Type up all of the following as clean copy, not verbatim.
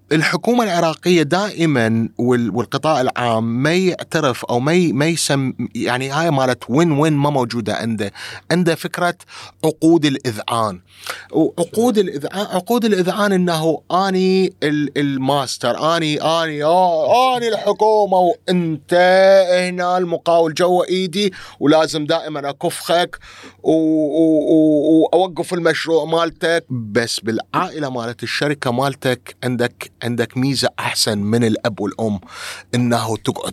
الحكومة العراقية دائما والقطاع العام ما يعترف أو ما يسم، يعني هاي مالت وين ما موجودة عنده فكرة عقود الإذعان. عقود الإذعان إنه أني الماستر، أني الحكومة، وأنت هنا المقاول جوا إيدي، ولازم دائما أكفخك وأوقف المشروع مالتك. بس بالعائلة مالت الشركة مالتك عندك ميزة أحسن من الأب والأم، إنه تقعد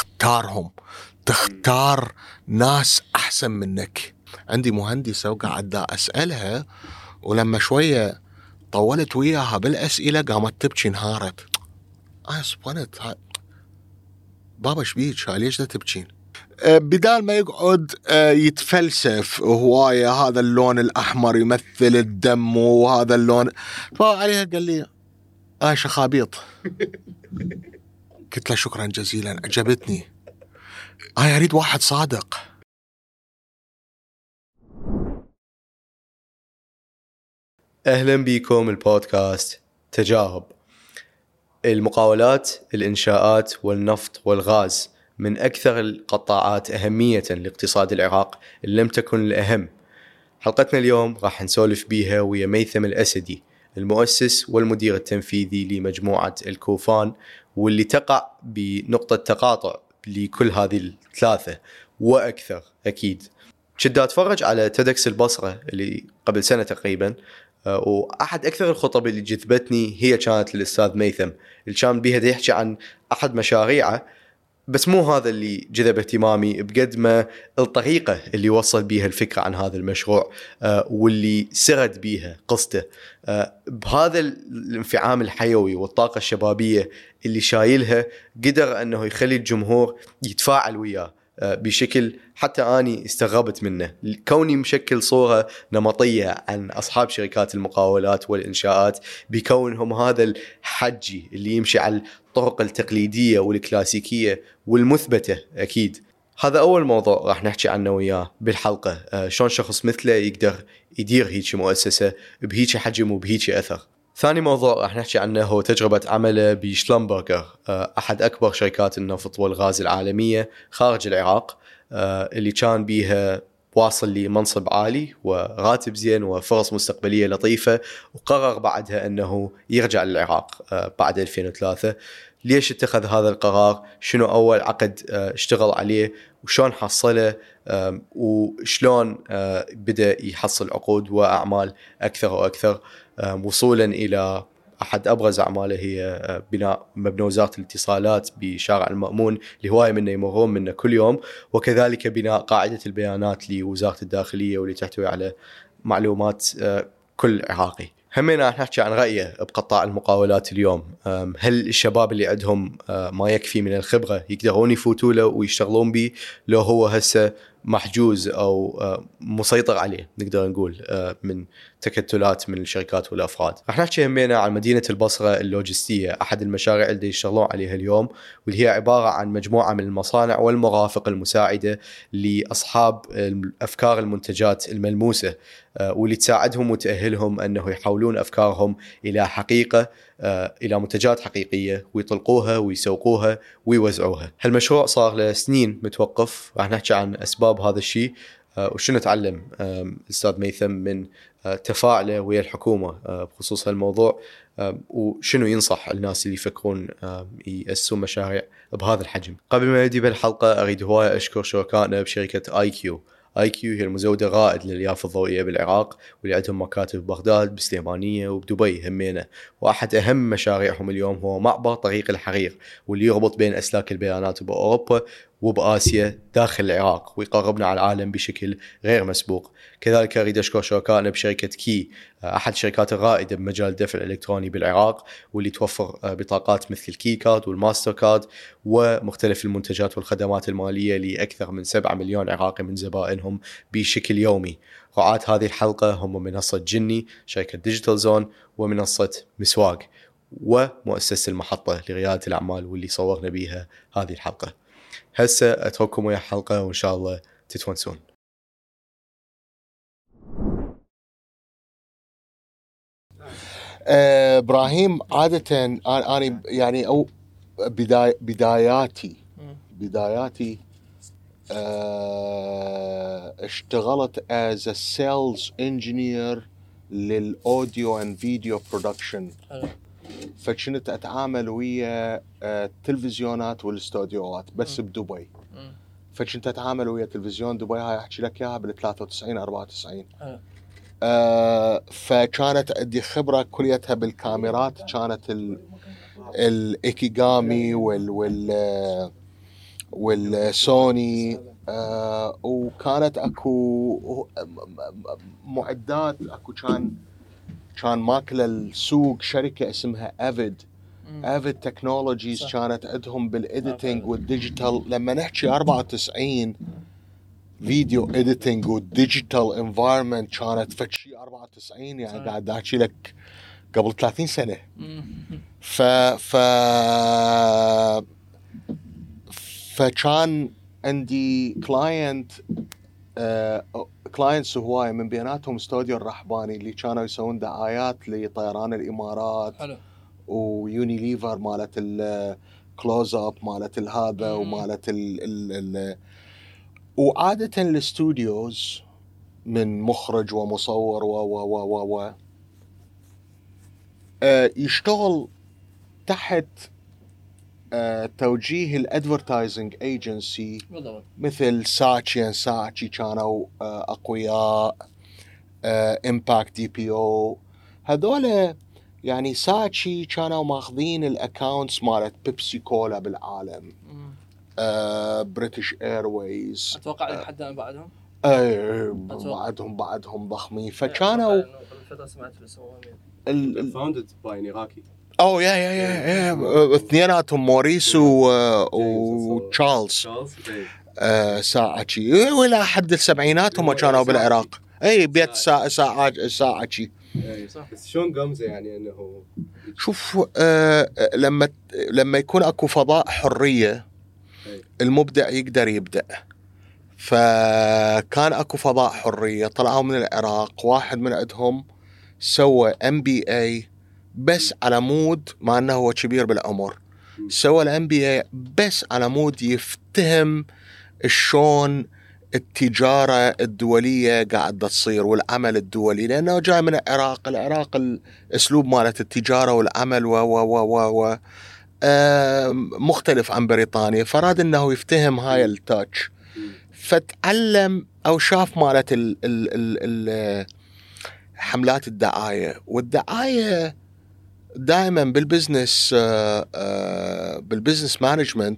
تختار ناس أحسن منك. عندي مهندسة وقاعد أسألها، ولما شوية طولت وياها بالأسئلة قامت تبكي، انهارت. صبنت بابا شبيك، ليش دا تبكين؟ بدال ما يقعد يتفلسف هواية، هذا اللون الأحمر يمثل الدم وهذا اللون، فعليها قال لي شخابيط. قلت له شكرا جزيلا، عجبتني. أريد واحد صادق. أهلا بكم البودكاست تجاوب. المقاولات، الإنشاءات والنفط والغاز من أكثر القطاعات أهمية لاقتصاد العراق، إن لم تكن الأهم. حلقتنا اليوم راح نسولف بيها ويا ميثم الأسدي، المؤسس والمدير التنفيذي لمجموعة الكوفان، واللي تقع بنقطة تقاطع لكل هذه الثلاثة وأكثر. أكيد كنت أتفرج على تيدكس البصرة اللي قبل سنة تقريبا، وأحد أكثر الخطب اللي جذبتني هي كانت للأستاذ ميثم، اللي كان بيها يحكي عن أحد مشاريعه. بس مو هذا اللي جذب اهتمامي بقد ما الطريقة اللي وصل بيها الفكرة عن هذا المشروع، واللي سرد بيها قصته، بهذا الانفعام الحيوي والطاقة الشبابية اللي شايلها، قدر أنه يخلي الجمهور يتفاعل وياه بشكل حتى أني استغربت منه، كوني مشكل صورة نمطية عن أصحاب شركات المقاولات والإنشاءات، بكونهم هذا الحجي اللي يمشي على الطرق التقليدية والكلاسيكية والمثبتة. أكيد هذا أول موضوع راح نحكي عنه وياه بالحلقة، شلون شخص مثله يقدر يدير هيك مؤسسة بهيك حجم وبهيك أثر. ثاني موضوع راح نحكي عنه هو تجربة عمله بشلمبرغر، أحد أكبر شركات النفط والغاز العالمية خارج العراق، اللي كان بيها واصل لمنصب عالي وراتب زين وفرص مستقبلية لطيفة، وقرر بعدها أنه يرجع للعراق بعد 2003. ليش اتخذ هذا القرار؟ شنو أول عقد اشتغل عليه وشلون حصله، وشلون بدأ يحصل عقود وأعمال أكثر وأكثر، وصولا إلى أحد أبرز أعماله هي بناء مبنى وزارة الاتصالات بشارع المأمون، لهواية منا يمرون منه كل يوم، وكذلك بناء قاعدة البيانات لوزارة الداخلية واللي تحتوي على معلومات كل عراقي. همينا راح نحكي عن رأيه بقطاع المقاولات اليوم. هل الشباب اللي عندهم ما يكفي من الخبرة يقدرون يفوتوا له ويشتغلون به، لو هو هسه محجوز أو مسيطر عليه نقدر نقول من تكتلات من الشركات والأفراد. راح نحكي همينا عن مدينة البصرة اللوجستية، أحد المشاريع اللي يشتغلون عليها اليوم، واللي هي عبارة عن مجموعة من المصانع والمرافق المساعدة لأصحاب أفكار المنتجات الملموسة، واللي تساعدهم وتأهلهم أنه يحولون أفكارهم إلى حقيقة، إلى منتجات حقيقية، ويطلقوها ويسوقوها ويوزعوها. هالمشروع صار له سنين متوقف. راح نحكي عن أسباب هذا الشيء، وشنو تعلم الأستاذ ميثم من تفاعله ويا الحكومة بخصوص هالموضوع، وشنو ينصح الناس اللي يفكرون يأسسون مشاريع بهذا الحجم. قبل ما نبدأ بالحلقة أريد هواية أشكر شركائنا بشركة IQ هي المزودة الرائد لليافة الضوئية بالعراق، واللي عندهم مكاتب ببغداد بسليمانية وبدبي همينة. وأحد أهم مشاريعهم اليوم هو معبر طريق الحرير، واللي يربط بين أسلاك البيانات بأوروبا وبآسيا داخل العراق، ويقربنا على العالم بشكل غير مسبوق. كذلك أريد أشكر شركائنا بشركة كي، أحد الشركات الرائدة بمجال الدفع الإلكتروني بالعراق، واللي توفر بطاقات مثل الكي كارد والماستر كارد ومختلف المنتجات والخدمات المالية لأكثر من 7 مليون عراقي من زبائنهم بشكل يومي. رعاة هذه الحلقة هم منصة جني، شركة ديجيتال زون، ومنصة مسواق، ومؤسسة المحطة لريادة الأعمال واللي صورنا بيها هذه الحلقة. هسه أترككم ويا الحلقة وإن شاء الله تتونسون. ابراهيم عادة انا يعني او بداياتي اشتغلت as a sales engineer للاوديو and video production. فكنت اتعامل ويا التلفزيونات والاستوديوهات بس بدبي. فكنت اتعامل ويا تلفزيون دبي، هاي احكي لك اياها بال 93 94. فكانت عندي خبرة كليتها بالكاميرات، كانت الايكيغامي والسوني. وكانت اكو معدات، اكو كان ماكل السوق شركة اسمها افيد تكنولوجيز، كانت عندهم بالإيديتنج والديجيتال. لما نحكي 94 فيديو إيديتنج والديجيتال انفايرمنت كانت فشي 94، يعني قاعد أحكي لك قبل 30 سنة. فكان عندي كلاينتس هواية، من بيناتهم استوديو الرحباني اللي كانوا يسوون دعايات لطيران الإمارات. حلو. ويونيليفر مالت الكلوز اب مالت الهذا ومالت وعادة الاستوديوز من مخرج ومصور و يشتغل تحت توجيه الادفرتايزنج ايجنسي، مثل ساعتشي كانوا اقوياء، امباكت دي بي او، هذول يعني ساعتشي كانوا ماخذين الاكاونتس مالت بيبسي كولا بالعالم، بريتش ايرويز. اتوقع لحد الان بعدهم بعدهم ضخمين. فكانوا سمعت اسمه فاوندد باي إراقي. يا اثنيناتهم موريس وتشارلز ساعتشي، والى حد السبعينات هم كانوا بالعراق. بيت ساعتشي. صح. بس شلون قمزه يعني انه شوف، لما يكون اكو فضاء حرية المبدع يقدر يبدأ. فكان اكو فضاء حرية، طلعوا من العراق، واحد من عندهم سوى MBA بس على مود، مع انه هو كبير بالعمر، سوى الMBA بس على مود يفتهم شلون التجارة الدولية قاعدة تصير والعمل الدولي، لأنه جاي من العراق. الأسلوب مالت التجارة والعمل و مختلف عن بريطانيا، فراد أنه يفتهم هاي التاتش. فتعلم أو شاف مالت حملات الدعاية. والدعاية دائما بالبزنس مانجمنت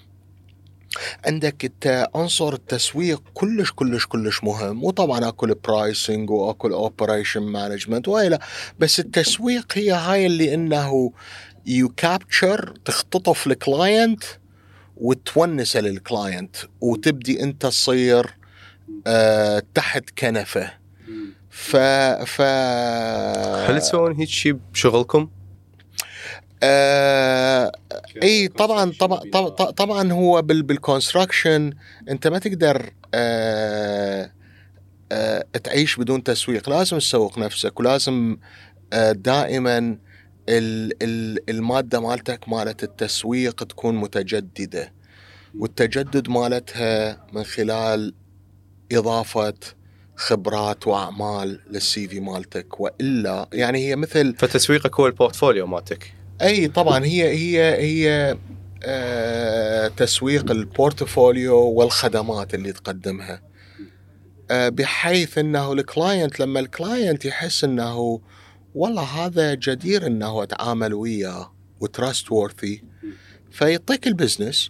عندك عنصر التسويق كلش مهم. وطبعا اكو البرايسنج واكو الاوبريشن مانجمنت وإلى، بس التسويق هي هاي اللي انه يو كابتشر، تختطف الكلاينت وتونسه للكلاينت، وتبدي انت تصير تحت كنفه. هل تسوون هيك شيء بشغلكم؟ اي طبعا هو بالكونستراكشن انت ما تقدر تعيش بدون تسويق، لازم تسوق نفسك، ولازم دائما المادة مالتك مالت التسويق تكون متجددة، والتجدد مالتها من خلال إضافة خبرات وأعمال للسي في مالتك. وإلا يعني هي مثل فتسويقك هو البورتفوليو مالتك. اي طبعا هي تسويق البورتفوليو والخدمات اللي تقدمها، بحيث انه الكلاينت، لما الكلاينت يحس انه والله هذا جدير انه اتعامل وياه وتراست وورثي، فيعطيك البزنس،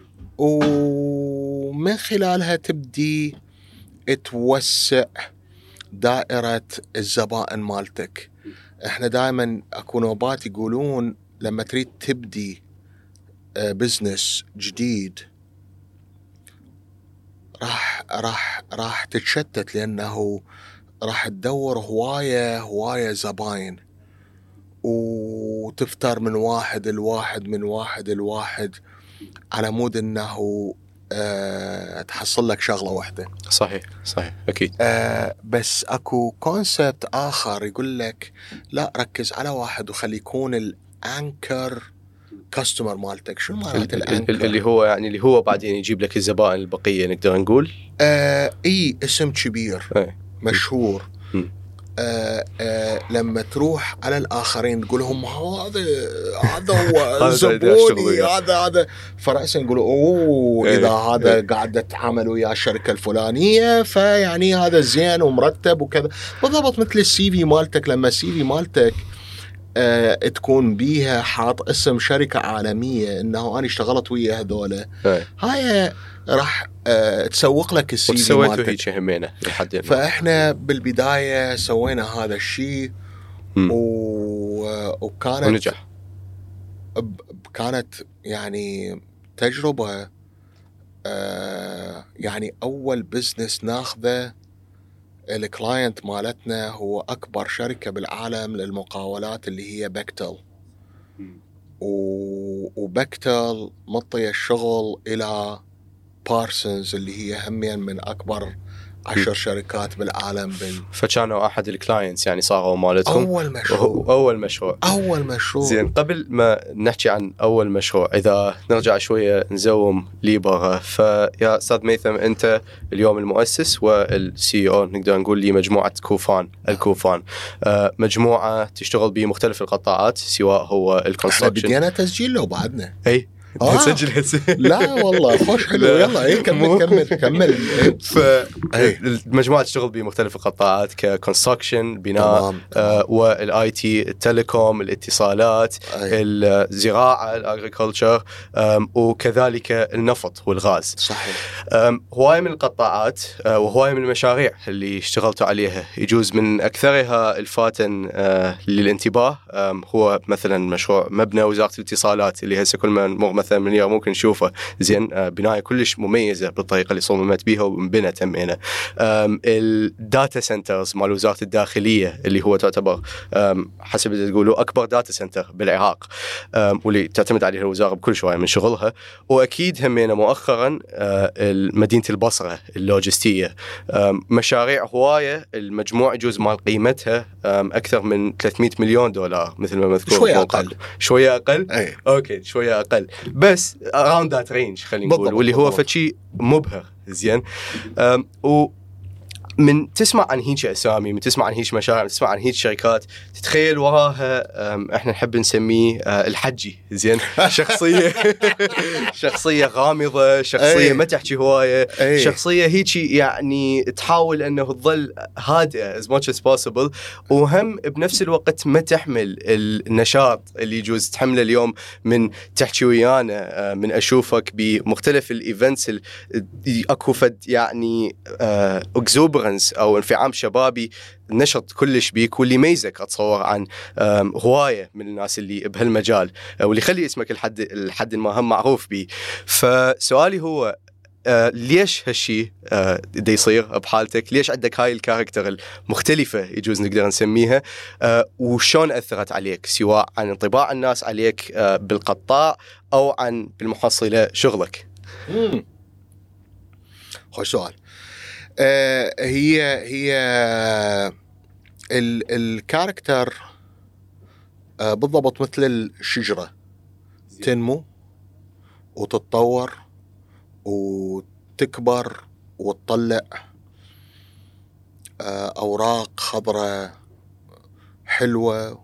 ومن خلالها تبدي توسع دائرة الزبائن مالتك. احنا دائما اكو نوبات يقولون لما تريد تبدي بزنس جديد راح تتشتت، لانه راح تدور هواية زباين، وتفتر من واحد الواحد على مود انه تحصل لك شغلة واحدة. صحيح أكيد. بس أكو كونسبت آخر يقول لك لا، ركز على واحد وخلي يكون الأنكر كاستمر مالتك. شو معنات الأنكر؟ اللي هو بعدين يجيب لك الزبائن البقية، نقدر نقول. إي، اسم كبير مشهور. لما تروح على الآخرين تقولهم هذا هو زبوني، هذا فرأسا يقولوا أوه إذا هذا قاعد تتعامل ويا الشركة الفلانية فيعني هذا زين ومرتب وكذا. بالضبط مثل السي في مالتك، لما السي في مالتك تكون بيها حاط اسم شركة عالمية انه انا اشتغلت ويا هذول، هاي راح تسوق لك السي في مالتك. هيك همينة لحد فاحنا بالبداية سوينا هذا الشيء وكانت ونجح. كانت يعني تجربة. يعني اول بزنس ناخذه، الكلاينت مالتنا هو أكبر شركة بالعالم للمقاولات اللي هي بكتل، وبكتل مطية الشغل إلى بارسنز اللي هي همين من أكبر 10 شركات بالعالم. فكانوا أحد الكلاينتس يعني صاروا مالتهم أول مشروع. زين، قبل ما نحكي عن أول مشروع، إذا نرجع شوية نزوم لي برا، فيا أستاذ ميثم، أنت اليوم المؤسس والسي او، نقدر نقول لي مجموعة كوفان. الكوفان مجموعة تشتغل بمختلف القطاعات، سواء هو الكونستراكشن. احنا بدينا تسجيل لو بعدنا أي نسجل لا والله خوش حلو. يلا كمل. فالمجموعة تشتغل بمختلف القطاعات ككونستراكشن، بناء، والاي تي، التليكوم، الاتصالات، الزراعة، الاغريكولتشر، وكذلك النفط والغاز. صحيح. هواية من القطاعات وهواية من المشاريع اللي اشتغلتوا عليها، يجوز من أكثرها الفاتن للانتباه هو مثلا مشروع مبنى وزارة الاتصالات، اللي هسه كل ما نمر مثلا من اليوم ممكن نشوفه. زين، بناية كلش مميزة بالطريقة اللي صممت بيها وانبنت همينة. الداتا سنترز مال وزارة الداخلية، اللي هو تعتبر حسب اللي تقولوا أكبر داتا سنتر بالعراق، واللي تعتمد عليها الوزارة بكل شوية من شغلها. وأكيد همينة مؤخرا مدينة البصرة اللوجستية. مشاريع هواية، المجموع يجوز مال قيمتها أكثر من 300 مليون دولار مثل ما مذكور. شوية أقل أي. أوكي، شوية أقل، بس around that range خلينا نقول، واللي هو فشي مبهر. زين، من تسمع عن هيك أسامي، من تسمع عن هيك مشاريع، من تسمع عن هيك شركات، تتخيل وراها احنا نحب نسميه الحجي. زين، شخصية غامضة، شخصية ما تحكي هواية، شخصية هيك يعني تحاول انه تظل هادئة as much as possible، وهم بنفس الوقت ما تحمل النشاط اللي يجوز تحمله اليوم من تحكي ويانا، من اشوفك بمختلف الايفنتس اكو فد يعني اكزوبر أو انفعام شبابي نشط كلش بيك، واللي يميزك أتصور عن هواية من الناس اللي بهالمجال، واللي يخلي اسمك الحد ما هم معروف بيه. فسؤالي هو ليش هالشي دا يصير بحالتك؟ ليش عندك هاي الكاركتر المختلفة يجوز نقدر نسميها؟ وشون أثرت عليك، سواء عن انطباع الناس عليك بالقطاع أو عن بالمحصلة شغلك؟ خوش سؤال. هي الكاركتر بالضبط مثل الشجرة، تنمو وتتطور وتكبر وتطلع أوراق خضراء حلوة،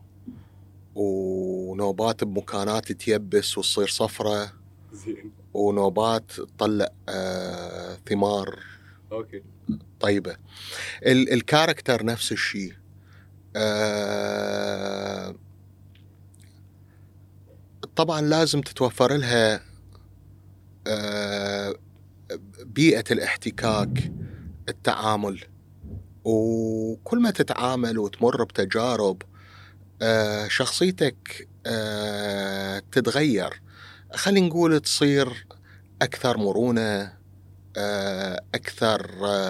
ونوبات بمكانات تيبس وتصير صفرة، ونوبات تطلع ثمار طيبة. الكاركتر نفس الشيء. طبعا لازم تتوفر لها بيئة الاحتكاك، التعامل، وكل ما تتعامل وتمر بتجارب شخصيتك تتغير. خلينا نقول تصير أكثر مرونة، أكثر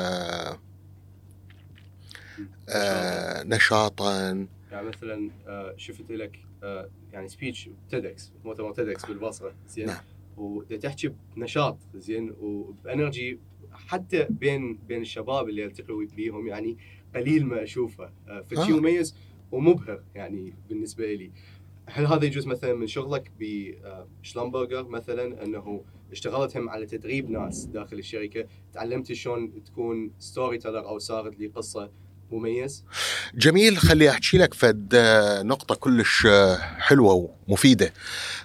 نشاطا. يعني مثلا شفت لك يعني سبيتش تيدكس، مؤتمر تيدكس بالبصرة. زين، نعم. وتحكي بنشاط زين وبانرجي، حتى بين الشباب اللي التقي بيهم يعني قليل ما اشوفه، فشي مميز ومبهر يعني بالنسبه لي. هل هذا يجوز مثلا من شغلك بشلمبرجر مثلا، انه اشتغلت هم على تدريب ناس داخل الشركه، تعلمت شلون تكون ستوري تيلر او سارد لي قصه مميز؟ جميل. خلي احكي لك فد نقطه كلش حلوه ومفيده.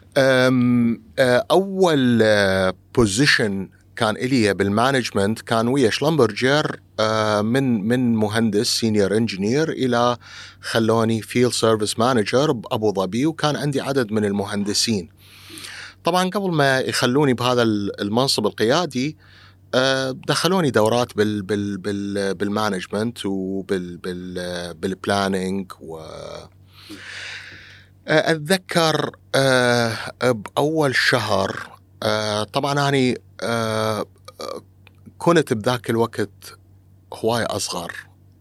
اول بوزيشن كان إلي بالمانجمنت كان ويا شلمبرجر، من مهندس سينيور انجينير إلى خلوني فيلد سيرفيس مانجر بأبو ظبي، وكان عندي عدد من المهندسين. طبعا قبل ما يخلوني بهذا المنصب القيادي دخلوني دورات بالمانجمنت وبالبلانينج. أتذكر بأول شهر طبعا أنا كنت بذاك الوقت هواي أصغر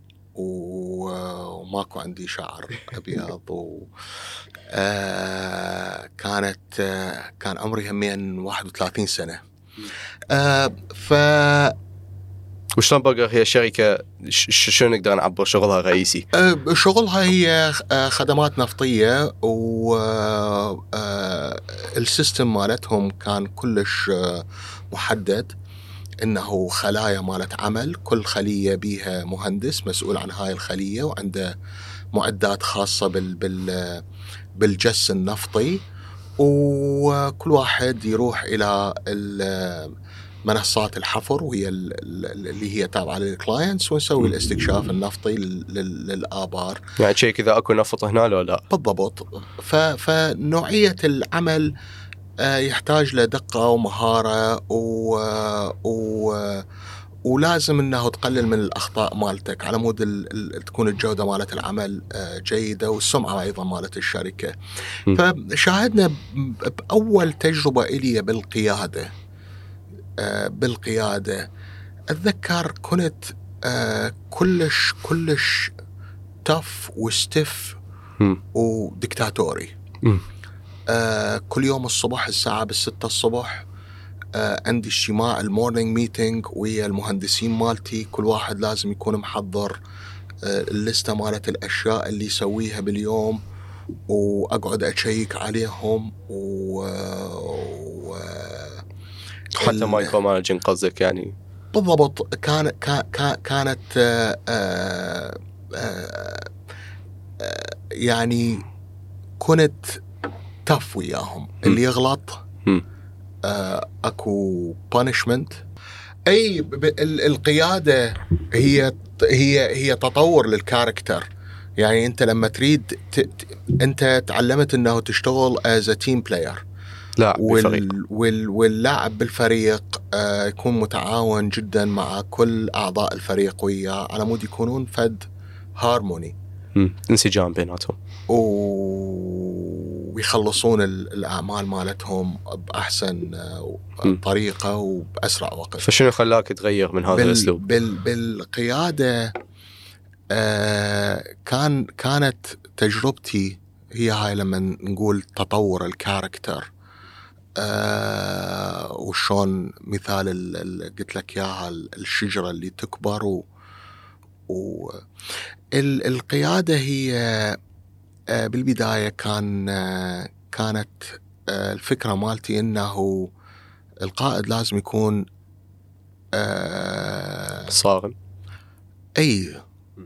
وماكو عندي شعر أبيض كان عمري همين 31 سنة. وشلمبرجر هي شركة شو نقدر نعبر شغلها الرئيسي؟ شغلها هي خدمات نفطية، والسيستم مالتهم كان كلش محدد، إنه خلايا مالت عمل، كل خلية بيها مهندس مسؤول عن هاي الخلية، وعنده معدات خاصة بالجس النفطي، وكل واحد يروح إلى منصات الحفر وهي اللي هي تابعة للكلاينتس، ونسوي الاستكشاف النفطي للآبار. يعني شيء كذا أكو نفط هنا لو لا؟ بالضبط. فنوعية العمل يحتاج لدقة ومهارة ولازم انه تقلل من الاخطاء مالتك على مود تكون الجودة مالت العمل جيدة، والسمعة ايضا مالت الشركة. فشاهدنا باول تجربة الي بالقيادة اتذكر كنت كلش تف وستف وديكتاتوري. كل يوم الصبح الساعة 6 الصبح عندي اجتماع المورنينج ميتينج ويا المهندسين مالتي، كل واحد لازم يكون محضر الليستة مالت الأشياء اللي يسويها باليوم، وأقعد أشيك عليهم حتى مايكرو مانجين قصدك يعني؟ بالضبط. كانت يعني كنت تف وياهم. اللي يغلط اكو بانشمنت. اي القياده هي تطور للكاركتر. يعني انت لما تريد انت تعلمت انه تشتغل از تيم بلاير، واللاعب بالفريق يكون متعاون جدا مع كل اعضاء الفريق وياه على مود يكونون فد هارموني، انسجام بيناتهم، ويخلصون الأعمال مالتهم بأحسن طريقة وبأسرع وقت. فشنو خلاك تغير من هذا الأسلوب؟ بالقيادة كانت تجربتي هي هاي لما نقول تطور الكاركتر، وشون مثال قلت لك ياها الشجرة اللي تكبر القيادة هي بالبداية كانت الفكرة مالتي إنه القائد لازم يكون صارم، أي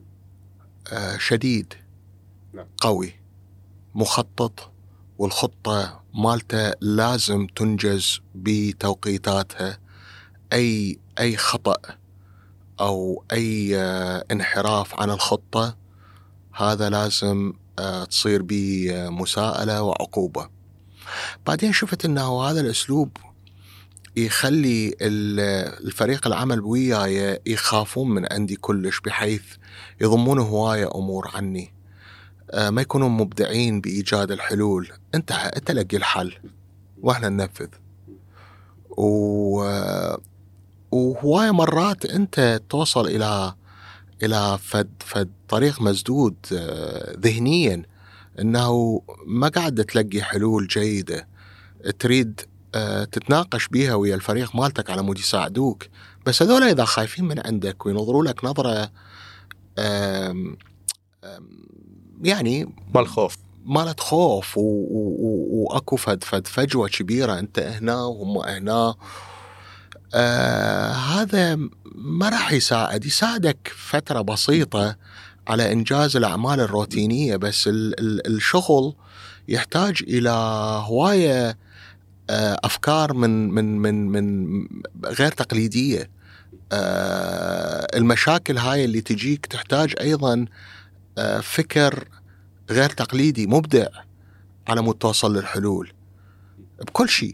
شديد، قوي، مخطط، والخطة مالته لازم تنجز بتوقيتاتها. أي خطأ أو أي انحراف عن الخطة هذا لازم تصير بمساءلة وعقوبة. بعدين شفت أنه هذا الأسلوب يخلي الفريق العمل وياي يخافون من عندي كلش، بحيث يضمون هواية أمور عني، ما يكونوا مبدعين بإيجاد الحلول. أنت لقي الحل وإحنا ننفذ. وهواية مرات أنت توصل إلى فد طريق مسدود ذهنيا، أنه ما قاعد تلاقي حلول جيدة، تريد تتناقش بيها ويا الفريق مالتك على مود يساعدوك. بس هذول إذا خايفين من عندك وينظروا لك نظرة يعني مالت خوف وأكو فجوة كبيرة، أنت هنا وهم هنا، هذا ما راح يساعدك فترة بسيطة على إنجاز الأعمال الروتينية. بس الشغل يحتاج إلى هواية أفكار من غير تقليدية. المشاكل هاي اللي تجيك تحتاج أيضا فكر غير تقليدي مبدع على مود توصل للحلول بكل شيء.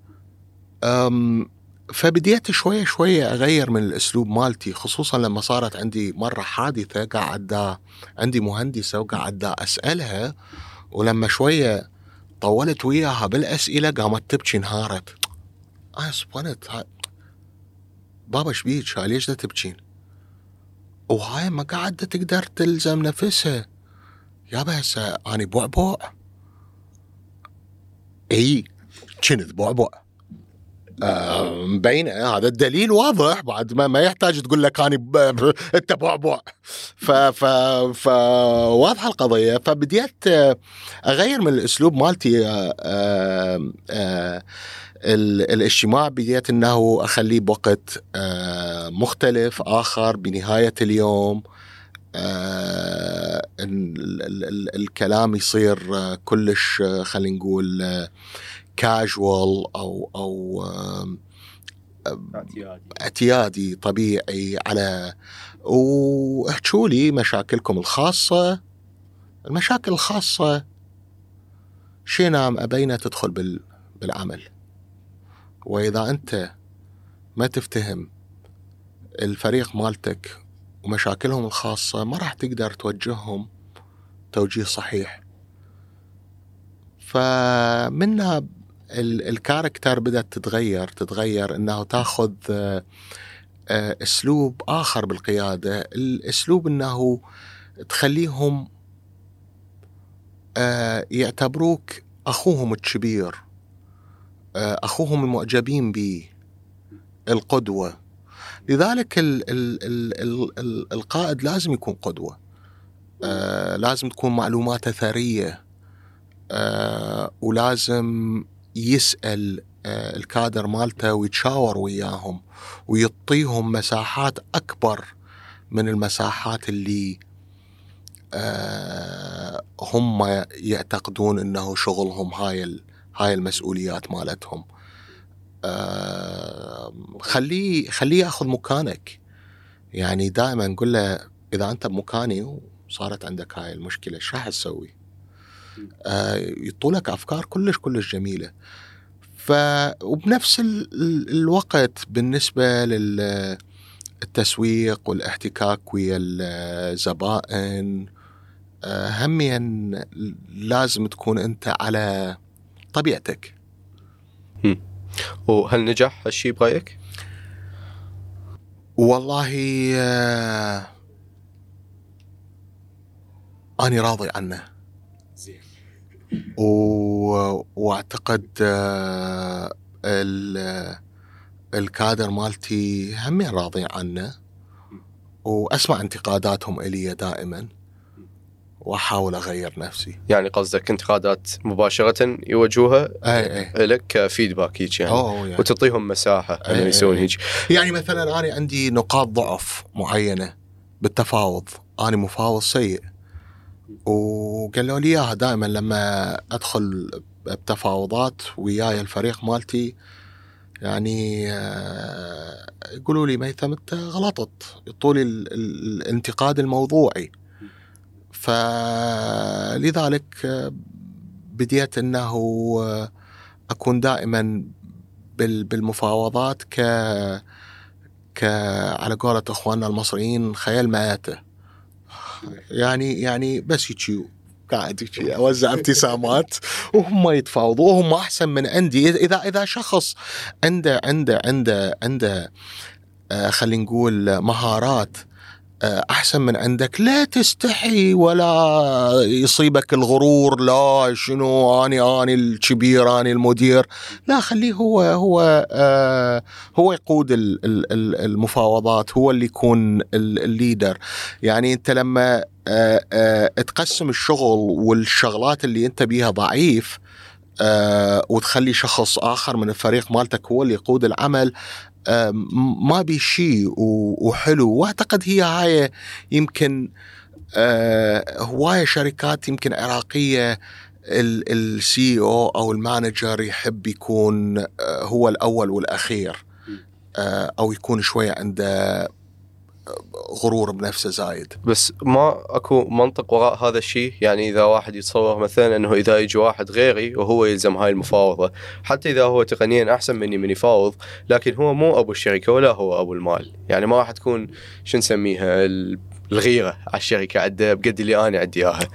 فبديت شوية أغير من الأسلوب مالتي، خصوصا لما صارت عندي مرة حادثة قاعد عندي مهندسة وقاعد أسألها، ولما شوية طولت وياها بالأسئلة قامت تبكي انهارت. صبنت بابا شبيك ليش دا تبكين؟ وهاي ما قاعدة تقدر تلزم نفسها. يا بس أنا بعبع. اي كنت بعبع مبينة، هذا الدليل واضح بعد ما يحتاج تقول لك أنا أنت بعبع. فواضحة القضية. فبديت أغير من الأسلوب مالتي. الاجتماع بديت أنه أخليه بوقت مختلف آخر بنهاية اليوم. الكلام يصير كلش خلينا نقول كاجوال أو اعتيادي طبيعي على واحكوا لي مشاكلكم الخاصة. المشاكل الخاصة شينا أبينا تدخل بالعمل، وإذا أنت ما تفتهم الفريق مالتك ومشاكلهم الخاصة ما راح تقدر توجههم توجيه صحيح. فمنها الكاركتر بدأت تتغير أنه تأخذ أسلوب آخر بالقيادة. الأسلوب أنه تخليهم يعتبروك أخوهم الكبير، أخوهم المعجبين به، القدوة. لذلك القائد لازم يكون قدوة، لازم تكون معلوماته ثرية، ولازم يسأل الكادر مالته ويتشاور وياهم ويعطيهم مساحات أكبر من المساحات اللي هم يعتقدون أنه شغلهم هاي المسؤوليات مالتهم. خليه يأخذ مكانك. يعني دائما نقول له إذا أنت بمكاني وصارت عندك هاي المشكلة إيش راح تسوي؟ يطولك أفكار كلش جميلة. وبنفس الوقت بالنسبة للتسويق والاحتكاك ويا الزبائن هميا لازم تكون أنت على طبيعتك. وهل نجح هالشي برأيك؟ والله أنا راضي عنه واعتقد الكادر مالتي همين راضي عنه، واسمع انتقاداتهم إلي دائما واحاول اغير نفسي. يعني قصدك انتقادات مباشرة يوجهوها لك كفيدباك هيك يعني وتعطيهم مساحة انه يسوون هيك. يعني مثلا انا عندي نقاط ضعف معينة بالتفاوض، انا مفاوض سيء، وقالوا لي اياها دائما لما ادخل بتفاوضات وياي الفريق مالتي. يعني يقولوا لي ميثم انت غلطت، يطولي الانتقاد الموضوعي. فلذلك بديت انه اكون دائما بالمفاوضات على قولة اخواننا المصريين خيال مآته. يعني بس يجي قاعد اوزع ابتسامات وهم يتفاوضوا وهم احسن من عندي. اذا شخص عنده خلينا نقول مهارات أحسن من عندك، لا تستحي ولا يصيبك الغرور، لا شنو أنا الكبير أنا المدير، لا خليه هو يقود المفاوضات، هو اللي يكون الليدر. يعني أنت لما تقسم الشغل والشغلات اللي أنت بيها ضعيف وتخلي شخص آخر من الفريق مالتك هو اللي يقود العمل، ما بيشي وحلو. واعتقد هاي يمكن هواية شركات يمكن عراقية السي او المانجر يحب يكون هو الاول والاخير، او يكون شوية عنده غرور بنفسه زايد. بس ما اكو منطق وراء هذا الشيء. يعني اذا واحد يتصور مثلا انه اذا يجي واحد غيري وهو يلزم هاي المفاوضه، حتى اذا هو تقنيا احسن مني من يفاوض، لكن هو مو ابو الشركه ولا هو ابو المال. يعني ما راح تكون شو نسميها الغيره على الشركه عنده بقد اللي انا عندي اياها.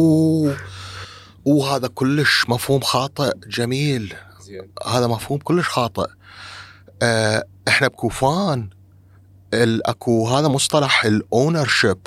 وهذا كلش مفهوم خاطئ. جميل، زين. هذا مفهوم كلش خاطئ. احنا بكوفان اكو هذا مصطلح الاونرشيب،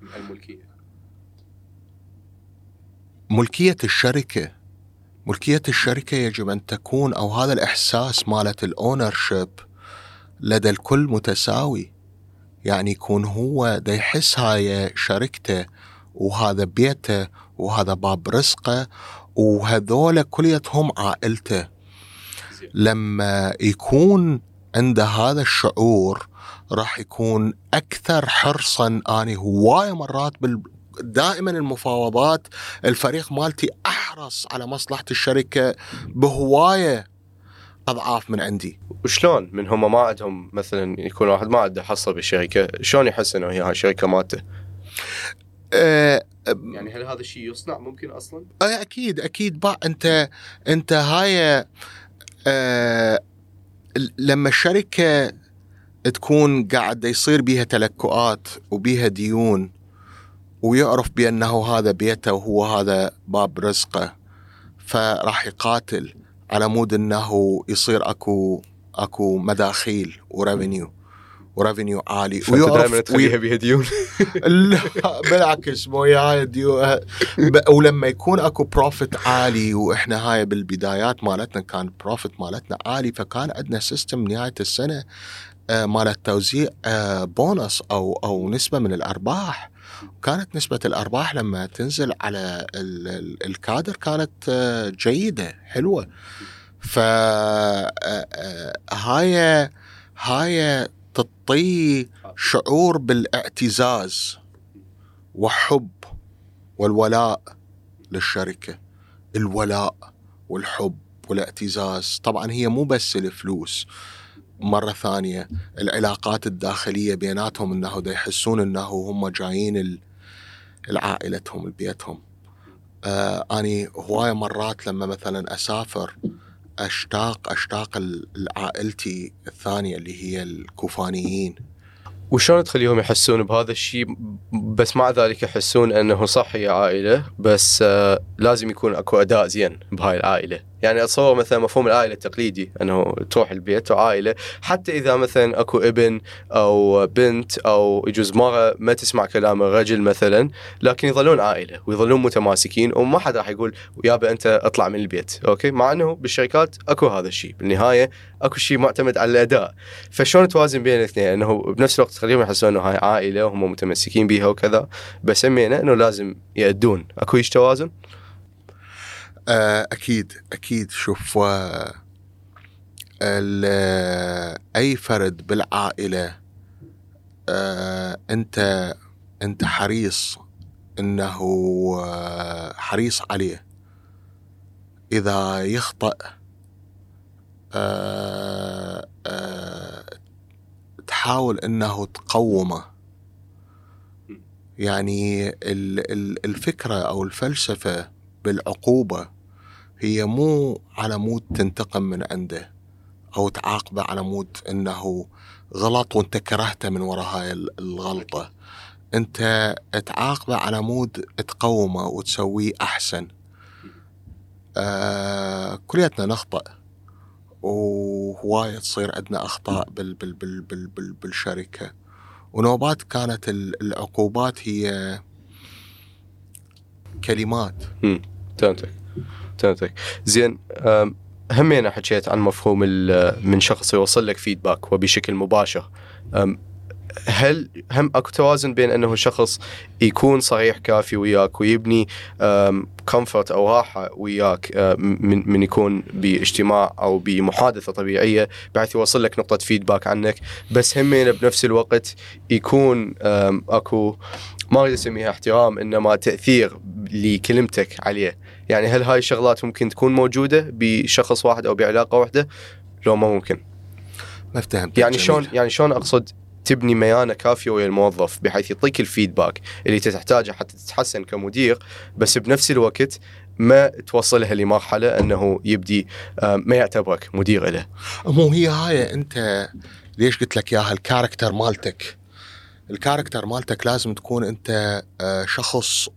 ملكية الشركة. ملكية الشركة يجب أن تكون، أو هذا الإحساس مالت الأونرشيب لدى الكل متساوي. يعني يكون هو دا يحس هاي شركته وهذا بيته وهذا باب رزقه وهذول كليتهم عائلته. لما يكون عنده هذا الشعور راح يكون أكثر حرصاً. أنا هواية مرات دائما المفاوضات الفريق مالتي أحرص على مصلحة الشركة بهواية أضعاف من عندي. وشلون من هم ما عندهم مثلا يكون واحد ما عنده حصة بالشركة، شلون يحس إنه هي شركة مالته؟ يعني هل هذا الشيء يصنع ممكن أصلا؟ أكيد بقى أنت هاي لما الشركة تكون قاعدة يصير بيها تلكؤات وبيها ديون ويعرف بأنه هذا بيته وهو هذا باب رزقه، فراح يقاتل على مود أنه يصير أكو مداخيل وريفينيو عالي. ويعرف تخليها بيها ديون. لا بالعكس، مو هاي ديون. ولما يكون أكو بروفيت عالي، وإحنا هاي بالبدايات مالتنا كان بروفيت مالتنا عالي، فكان عندنا سيستم نهاية السنة مالت توزيع بونص أو نسبة من الأرباح. كانت نسبة الأرباح لما تنزل على الكادر كانت جيدة حلوة. هاي تعطي شعور بالاعتزاز وحب والولاء للشركة. الولاء والحب والاعتزاز طبعا هي مو بس الفلوس، مرة ثانية العلاقات الداخلية بيناتهم، انه دا يحسون انه هم جايين العائلتهم البيتهم. اني هواية مرات لما مثلا اسافر اشتاق لعائلتي الثانية اللي هي الكوفانيين. وشلون تخليهم يحسون بهذا الشيء بس مع ذلك يحسون انه صح هي عائلة، بس لازم يكون اكو اداء زين بهاي العائلة؟ يعني اتصور مثلا مفهوم العائلة التقليدي انه تروح البيت وعائلة، حتى اذا مثلا اكو ابن او بنت او يجوز مرة ما تسمع كلام الرجل مثلا، لكن يظلون عائلة ويظلون متماسكين وما حد راح يقول يابا انت اطلع من البيت. اوكي، مع انه بالشركات اكو هذا الشيء، بالنهاية اكو شيء معتمد على الاداء. فشلون توازن بين الاثنين انه بنفس الوقت تخليهم يحسون انه هاي عائلة وهم متمسكين بيها وكذا، بس همينه انه لازم يأدون؟ اكو ايش توازن؟ أكيد. شوف، أي فرد بالعائلة أنت حريص إنه حريص عليه. إذا يخطأ تحاول إنه تقومه. يعني الفكرة أو الفلسفة بالعقوبة هي مو على مود تنتقم من عنده أو تعاقبه على مود أنه غلط وانت كرهته من وراء هاي الغلطة. انت تعاقبه على مود تقومه وتسويه أحسن. كلياتنا نخطأ، وهواية تصير عندنا أخطاء بالشركة، ونوبات كانت العقوبات هي كلمات. تمتك زين. همين حكيت عن مفهوم من شخص يوصل لك فيدباك وبشكل مباشر. هل هم اكو توازن بين انه شخص يكون صريح كافي وياك ويبني كومفورت او راحه وياك من يكون باجتماع او بمحادثه طبيعيه بحيث يوصل لك نقطه فيدباك عنك، بس همين بنفس الوقت يكون اكو ما اريد اسميها احترام انما تاثير لكلمتك عليه؟ يعني هل هاي الشغلات ممكن تكون موجوده بشخص واحد او بعلاقه واحده لو ما ممكن؟ ما فهمت يعني شلون اقصد تبني ميانة كافية ويا الموظف بحيث يعطيك الفيدباك اللي تحتاجه حتى تتحسن كمدير، بس بنفس الوقت ما توصلها لمرحلة أنه يبدي ما يعتبرك مدير له. مو هي هاي أنت ليش قلت لك ياها الكاركتر مالتك لازم تكون أنت شخص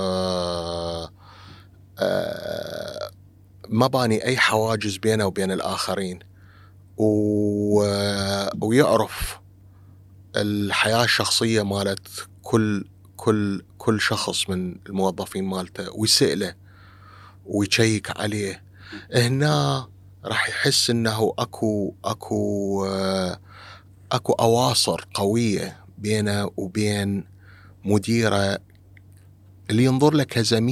ما باني أي حواجز بينه وبين الآخرين، ويعرف الحياة الشخصية مالت كل شخص من الموظفين مالته ويسأله ويشيك عليه. هنا راح يحس انه اكو اواصر قوية بينه وبين مديره اللي ينظر له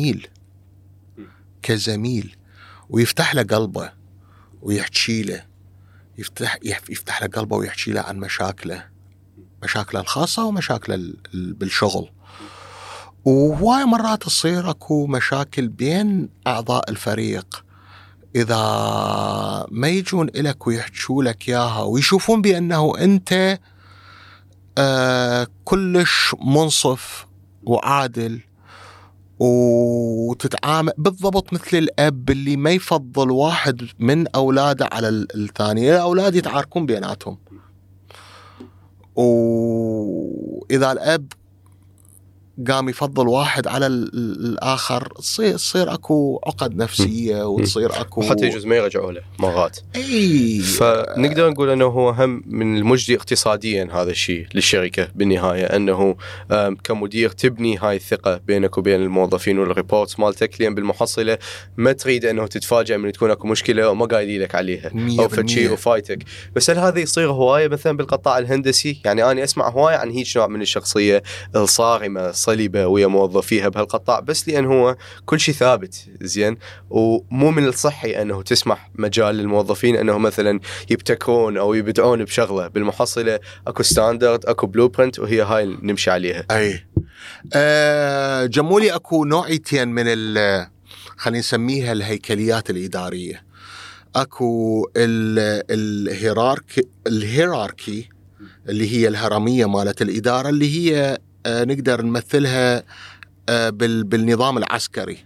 كزميل ويفتح له قلبه ويحكي له، يفتح له قلبه ويحكي له عن مشاكله الخاصة ومشاكله بالشغل. وهواي مرات تصير اكو مشاكل بين اعضاء الفريق اذا ما يجون الك ويحكوا لك اياها ويشوفون بانه انت كلش منصف وعادل وتتعامل بالضبط مثل الاب اللي ما يفضل واحد من اولاده على الثاني. الاولاد يتعاركون بيناتهم، وإذا الأب قام يفضل واحد على الآخر تصير أكو عقد نفسية وتصير أكو وحتى يجوز ما يرجعوا له مرات. أي فنقدر نقول أنه هو هم من المجدي اقتصاديا هذا الشيء للشركة بالنهاية، أنه كمدير تبني هاي الثقة بينك وبين الموظفين والريبورتس مالتك، لأن بالمحصلة ما تريد أنه تتفاجأ من تكون أكو مشكلة وما قايل لك عليها أو فشي وفايتك. بس هل هذا يصير هواية مثلا بالقطاع الهندسي؟ يعني أنا أسمع هواية عن هيك نوع من الشخصية الصارمة صليبة ويا موظفيها بهالقطاع، بس لأن هو كل شيء ثابت زين، ومو من الصحي أنه تسمح مجال للموظفين أنه مثلا يبتكرون أو يبدعون بشغلة. بالمحصلة أكو ستاندرد، أكو بلوبرنت، وهي هاي اللي نمشي عليها. أي جمولي أكو نوعيتين من خلينا نسميها الهيكليات الإدارية. أكو الهيراركي اللي هي الهرمية مالت الإدارة، اللي هي نقدر نمثلها بالنظام العسكري،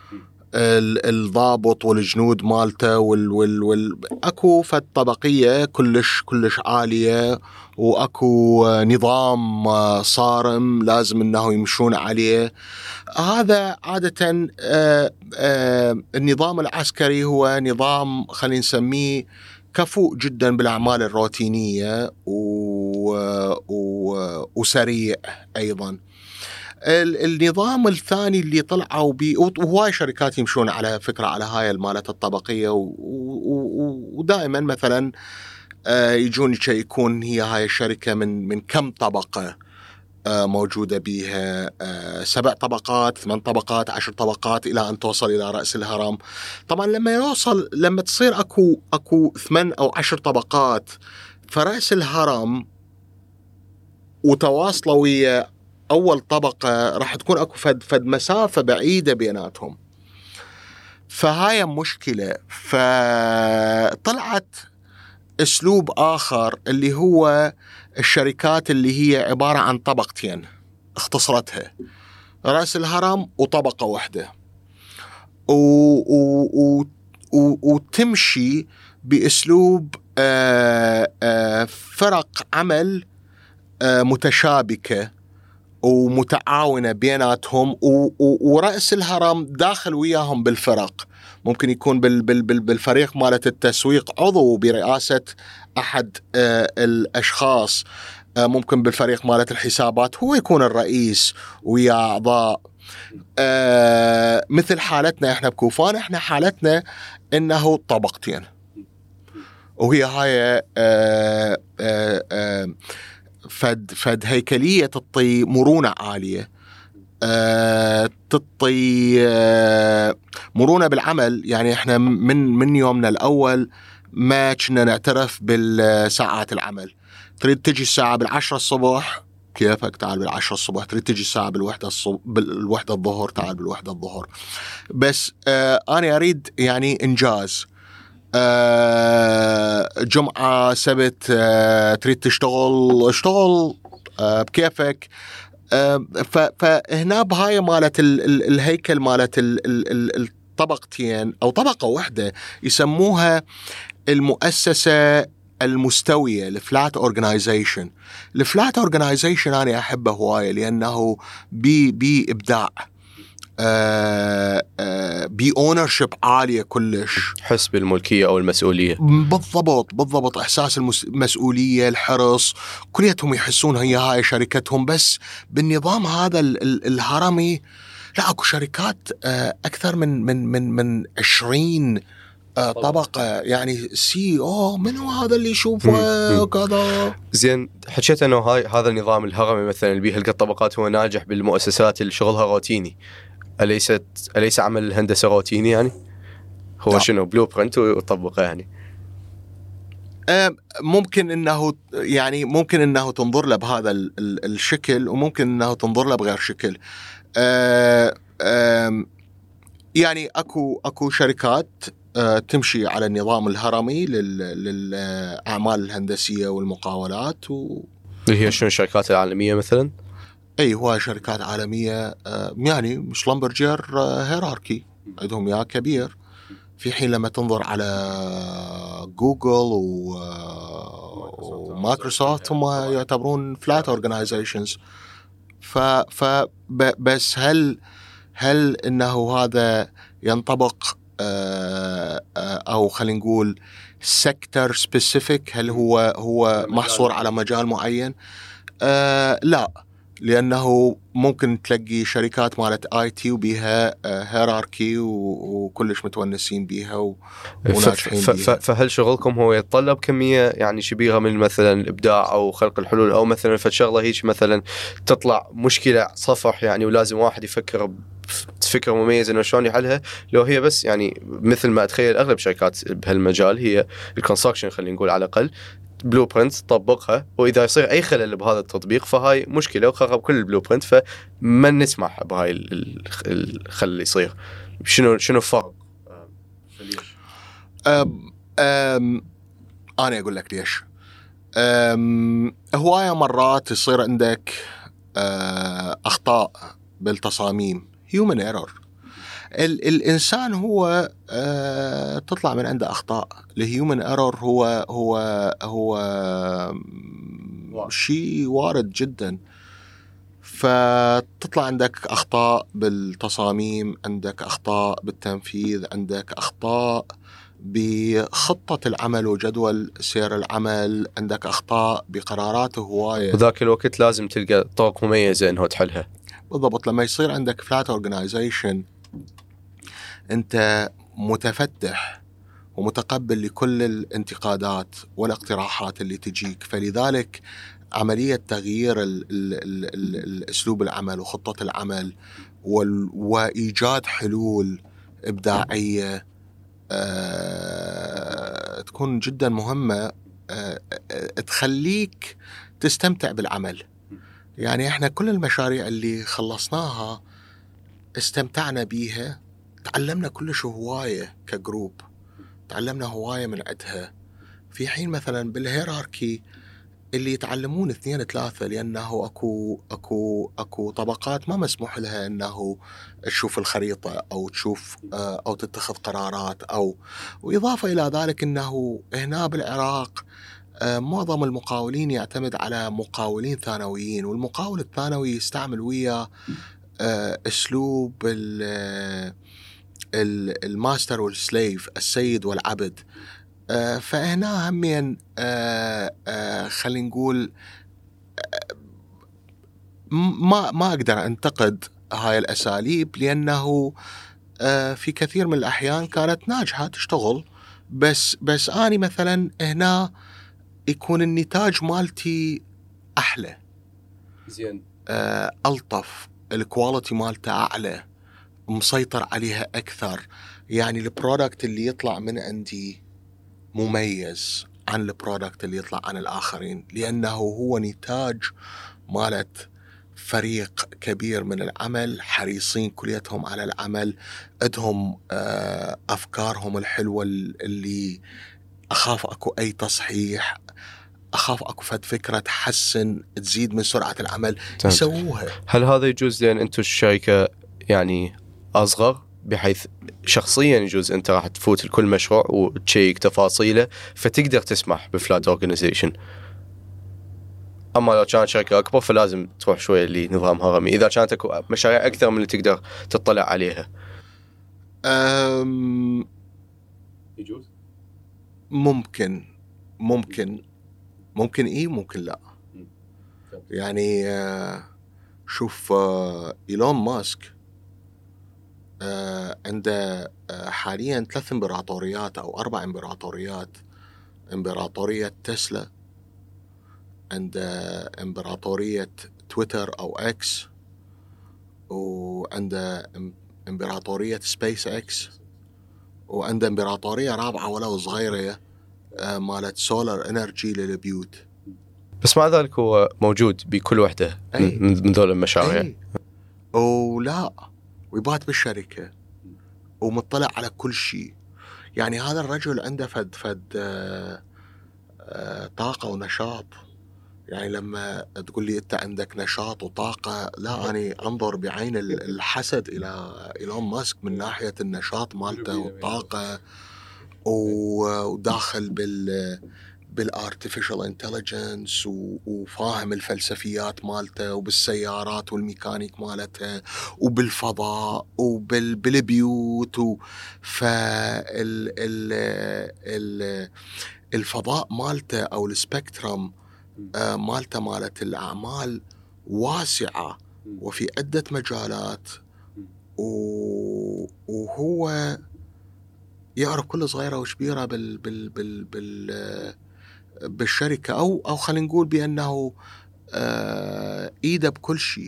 الضابط والجنود مالته اكو فد طبقية كلش عالية، واكو نظام صارم لازم انه يمشون عليه. هذا عادة النظام العسكري هو نظام خلينا نسميه كفؤ جدا بالأعمال الروتينية وسريع أيضا. النظام الثاني اللي طلعوا بيه، وهواي شركات يمشون على فكرة على هاي المالات الطبقية، ودائما مثلا يجون يشيكون هي هاي الشركة من كم طبقة موجودة بيها، 7 طبقات، 8 طبقات، 10 طبقات، إلى أن توصل إلى رأس الهرم. طبعا لما تصير أكو 8 أو 10 طبقات فرأس الهرم وتواصلوا ويا أول طبقة، راح تكون أكو فد مسافة بعيدة بيناتهم. فهاي مشكلة. فطلعت أسلوب آخر اللي هو الشركات اللي هي عبارة عن طبقتين، اختصرتها رأس الهرم وطبقة واحدة، وتمشي بأسلوب فرق عمل متشابكة ومتعاونة بيناتهم، ورأس الهرم داخل وياهم بالفرق. ممكن يكون بالفريق مالة التسويق عضو برئاسة أحد الأشخاص ممكن بالفريق مالت الحسابات هو يكون الرئيس ويا أعضاء. مثل حالتنا إحنا بكوفان، إحنا حالتنا إنه طبقتين، وهي هاي فد هيكلية تعطي مرونة عالية، تعطي مرونة بالعمل. يعني إحنا من يومنا الأول ما كنا نعترف بالساعات العمل. تريد تجي الساعة 10 الصبح كيفك، تعال 10 الصبح. تريد تجي الساعة 1 الظهر، تعال 1 الظهر. بس أنا أريد يعني إنجاز. جمعة سبت تريد تشتغل، اشتغل بكيفك. فهنا بهاي مالت الهيكل مالت الطبقتين أو طبقة واحدة يسموها المؤسسة المستوية، الفلات أورجنايزيشن. الفلات أورجنايزيشن أنا أحبه هواية لأنه بإبداع، بأونرشيب عالية كلش، حس بالملكية أو المسؤولية. بالضبط إحساس المسؤولية، الحرص، كليتهم يحسون هاي شركتهم. بس بالنظام هذا الهرمي لا، أكو شركات أكثر من 20 طبقة. يعني سي او من هو هذا اللي يشوفه كذا. زين، حكيت انه هذا النظام الهرمي مثلا اللي بيه الطبقات هو ناجح بالمؤسسات اللي شغلها روتيني. أليس عمل الهندسة روتيني؟ يعني هو لا. شنو بلو برنت وطبقه يعني؟ ممكن انه تنظر له بهذا الشكل، وممكن انه تنظر له بغير شكل. يعني اكو شركات تمشي على النظام الهرمي للأعمال الهندسية والمقاولات اللي هي شنو الشركات العالمية مثلا؟ أي هو شركات عالمية، يعني شلمبرجر هيراركي عندهم يا كبير. في حين لما تنظر على جوجل ومايكروسوفت هم يعتبرون فلات أورجنايزيشنز. بس هل إنه هذا ينطبق أو خلينا نقول سيكتور سبيسيفيك؟ هل هو محصور على مجال معين؟ لا، لأنه ممكن تلاقي شركات مالت اي تي وبيها هيراركي وكلش متونسين بيها وناجحين بيها. فهل شغلكم هو يتطلب كمية يعني شبيهة من مثلا الإبداع أو خلق الحلول، أو مثلا فشغلة هيك مثلا تطلع مشكلة صفح يعني ولازم واحد يفكر فكرة مميزة إنه شلون يحلها؟ لو هي بس يعني مثل ما أتخيل أغلب شركات بهالمجال هي الكونستراكشن، خلينا نقول على الأقل بلو برنت تطبقها، وإذا يصير أي خلل بهذا التطبيق فهاي مشكلة وخرب كل البلو برنت، فما نسمح بهاي الخلل اللي يصير. شنو الفرق؟ أنا أقول لك ليش. هواية مرات يصير عندك أخطاء بالتصاميم، human error. الإنسان هو تطلع من عنده أخطاء. الهيومن ايرور هو شيء وارد جدا. فتطلع عندك أخطاء بالتصاميم، عندك أخطاء بالتنفيذ، عندك أخطاء بخطة العمل وجدول سير العمل، عندك أخطاء بقرارات هواية. وذاك الوقت لازم تلقى طرق مميزة إنه تحلها. بالضبط. لما يصير عندك فلات أورجنايزيشن أنت متفتح ومتقبل لكل الانتقادات والاقتراحات اللي تجيك، فلذلك عملية تغيير الأسلوب العمل وخطة العمل وإيجاد حلول إبداعية تكون جدا مهمة، تخليك تستمتع بالعمل. يعني احنا كل المشاريع اللي خلصناها استمتعنا بيها، تعلمنا كلش هواية كجروب، تعلمنا هواية من عدها. في حين مثلا بالهيراركي اللي يتعلمون 2 3، لأنه أكو طبقات ما مسموح لها أنه تشوف الخريطة أو تشوف أو تتخذ قرارات وإضافة إلى ذلك أنه هنا بالعراق معظم المقاولين يعتمد على مقاولين ثانويين، والمقاول الثانوي يستعمل وياه أسلوب الماستر والسليف، السيد والعبد. فهنا همين خلينا نقول ما اقدر انتقد هاي الاساليب، لانه في كثير من الاحيان كانت ناجحه تشتغل، بس اني مثلا هنا يكون النتاج مالتي احلى، زين. الطف، الكواليتي مالته اعلى، مسيطر عليها اكثر. يعني البرودكت اللي يطلع من عندي مميز عن البرودكت اللي يطلع عن الاخرين، لانه هو نتاج مالت فريق كبير من العمل، حريصين كليتهم على العمل، عندهم افكارهم الحلوه اللي اخاف اكو اي تصحيح، اخاف اكو فد فكره تحسن تزيد من سرعه العمل يسووها. هل هذا يجوز لان انتم الشركه يعني اصغر، بحيث شخصيا يجوز انت راح تفوت لكل مشروع وتشيك تفاصيله فتقدر تسمح بفلات اورجانيزيشن؟ اما لو كانت شركه اكبر فلازم تروح شويه لنظام هرمي، اذا كانت اكو مشاريع اكثر من اللي تقدر تطلع عليها. يجوز. ممكن ايه ممكن لا. يعني شوف إيلون ماسك عنده حاليا 3 امبراطوريات أو 4 امبراطوريات. امبراطورية تسلا، عنده امبراطورية تويتر أو اكس، وعنده امبراطورية سبيس اكس، وعنده امبراطورية رابعة ولو صغيرة مالت سولار انرجي للبيوت. بس مع ذلك هو موجود بكل وحده من ذول المشاريع. ولا ويبات بالشركة ومطلع على كل شيء. يعني هذا الرجل عنده فد طاقة ونشاط. يعني لما تقول لي أنت عندك نشاط وطاقة، لا أنا أنظر بعين الحسد إلى إيلون ماسك من ناحية النشاط مالته والطاقة، وداخل بالارتفيشال انتليجنس، وفاهم الفلسفيات مالته، وبالسيارات والميكانيك مالتها، وبالفضاء، وبالبيوت. الفضاء مالته او السبكترم مالته مالت الاعمال واسعة وفي عدة مجالات، وهو يعرف كل صغيرة وكبيرة بالشركة، أو خلينا نقول بأنه إيده بكل شيء.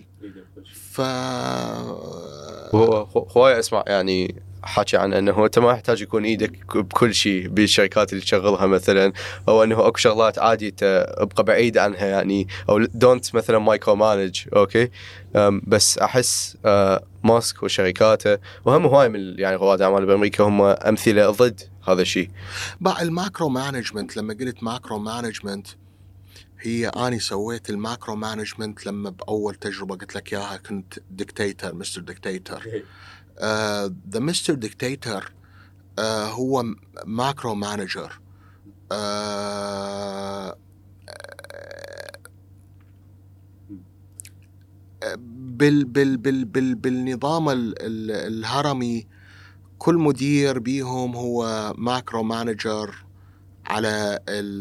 هواي أسمع يعني حكي عن أنه أنت ما يحتاج يكون إيدك بكل شيء بالشركات اللي تشغلها مثلا، أو أنه أكو شغلات عادي تبقى بعيد عنها يعني، أو دونت مثلا مايكرو مانج. أوكي. بس أحس ماسك وشركاته وهم هواي من يعني رواد أعمال بأمريكا هم أمثلة ضد هذا الشيء. بقى الماكرو مانجمنت، لما قلت ماكرو مانجمنت، هي أنا سويت الماكرو مانجمنت لما بأول تجربة قلت لك إياها كنت ديكتاتور، مستر ديكتاتور. ذا مستر ديكتاتور هو ماكرو مانجر. بالنظام الهرمي كل مدير بيهم هو ماكرو مانجر على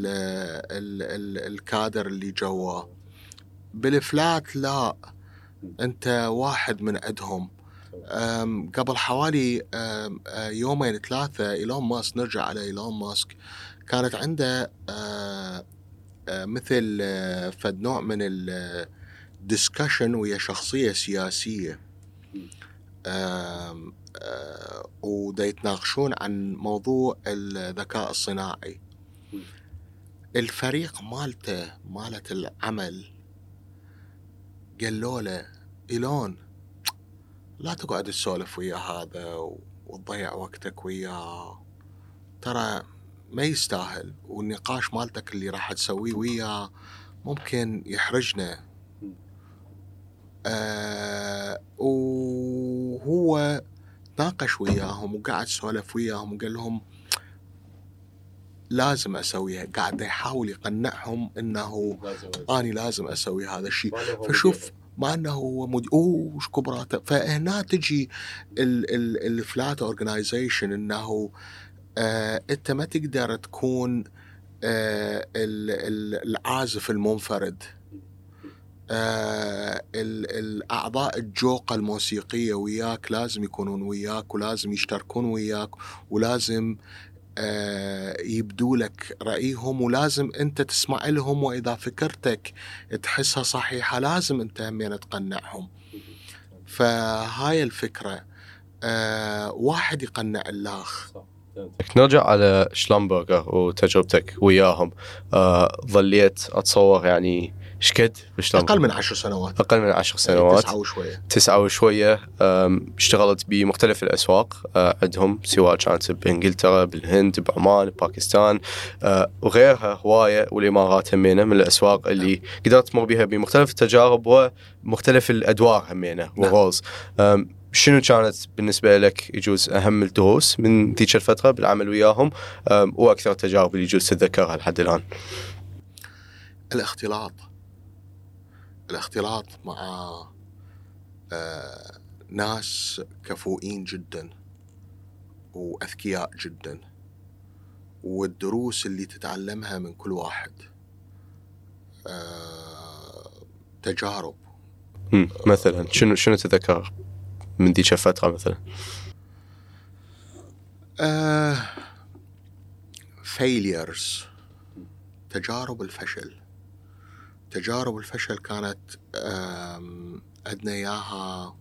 الكادر اللي جوا. بالفلات لا، انت واحد من عندهم. قبل حوالي 2 3 إيلون ماسك، نرجع على إيلون ماسك، كانت عنده مثل فد نوع من الدسكشن ويا شخصية سياسية، ودا يتناقشون عن موضوع الذكاء الصناعي. الفريق مالت العمل قالوا له إيلون لا تقعد تسولف ويا هذا وتضيع وقتك وياه، ترى ما يستاهل، والنقاش مالتك اللي راح تسويه وياه ممكن يحرجنا. وهو ناقش وياهم وقعد سولف وياهم وقال لهم لازم أسويها، قاعد يحاول يقنعهم إنه أنا لازم أسوي هذا الشيء. فشوف ما أنه هو وش كبراته. فهنا تجي الفلات أورجنايزيشن، إنه أنت ما تقدر تكون العازف المنفرد. الأعضاء الجوقة الموسيقية وياك لازم يكونون وياك، ولازم يشتركون وياك، ولازم يبدو لك رأيهم، ولازم أنت تسمع لهم، وإذا فكرتك تحسها صحيحة لازم أنت همين تقنعهم. فهاي الفكرة، واحد يقنع الآخر. نرجع على شلمبرجر وتجربتك وياهم. ظليت أتصور يعني شكد أقل من 10 سنوات. أقل من 10 سنوات. 9 وشوية. 9 وشوية. اشتغلت بمختلف الأسواق عندهم، سواء كانت بإنجلترا، بالهند، بعمان، باكستان وغيرها هواية، والإمارات همينة من الأسواق اللي قدرت تمر بها بمختلف التجارب ومختلف الأدوار همينة ورولز. شنو كانت بالنسبة لك يجوز أهم الدروس من ذيك الفترة بالعمل وياهم، وأكثر التجارب اللي يجوز تتذكرها لحد الآن؟ الاختلاط مع ناس كفؤين جدا وأذكياء جدا، والدروس اللي تتعلمها من كل واحد. تجارب. مثلا شنو تتذكر من ذيك الفترة مثلا؟ failures. تجارب الفشل كانت عندنا إياها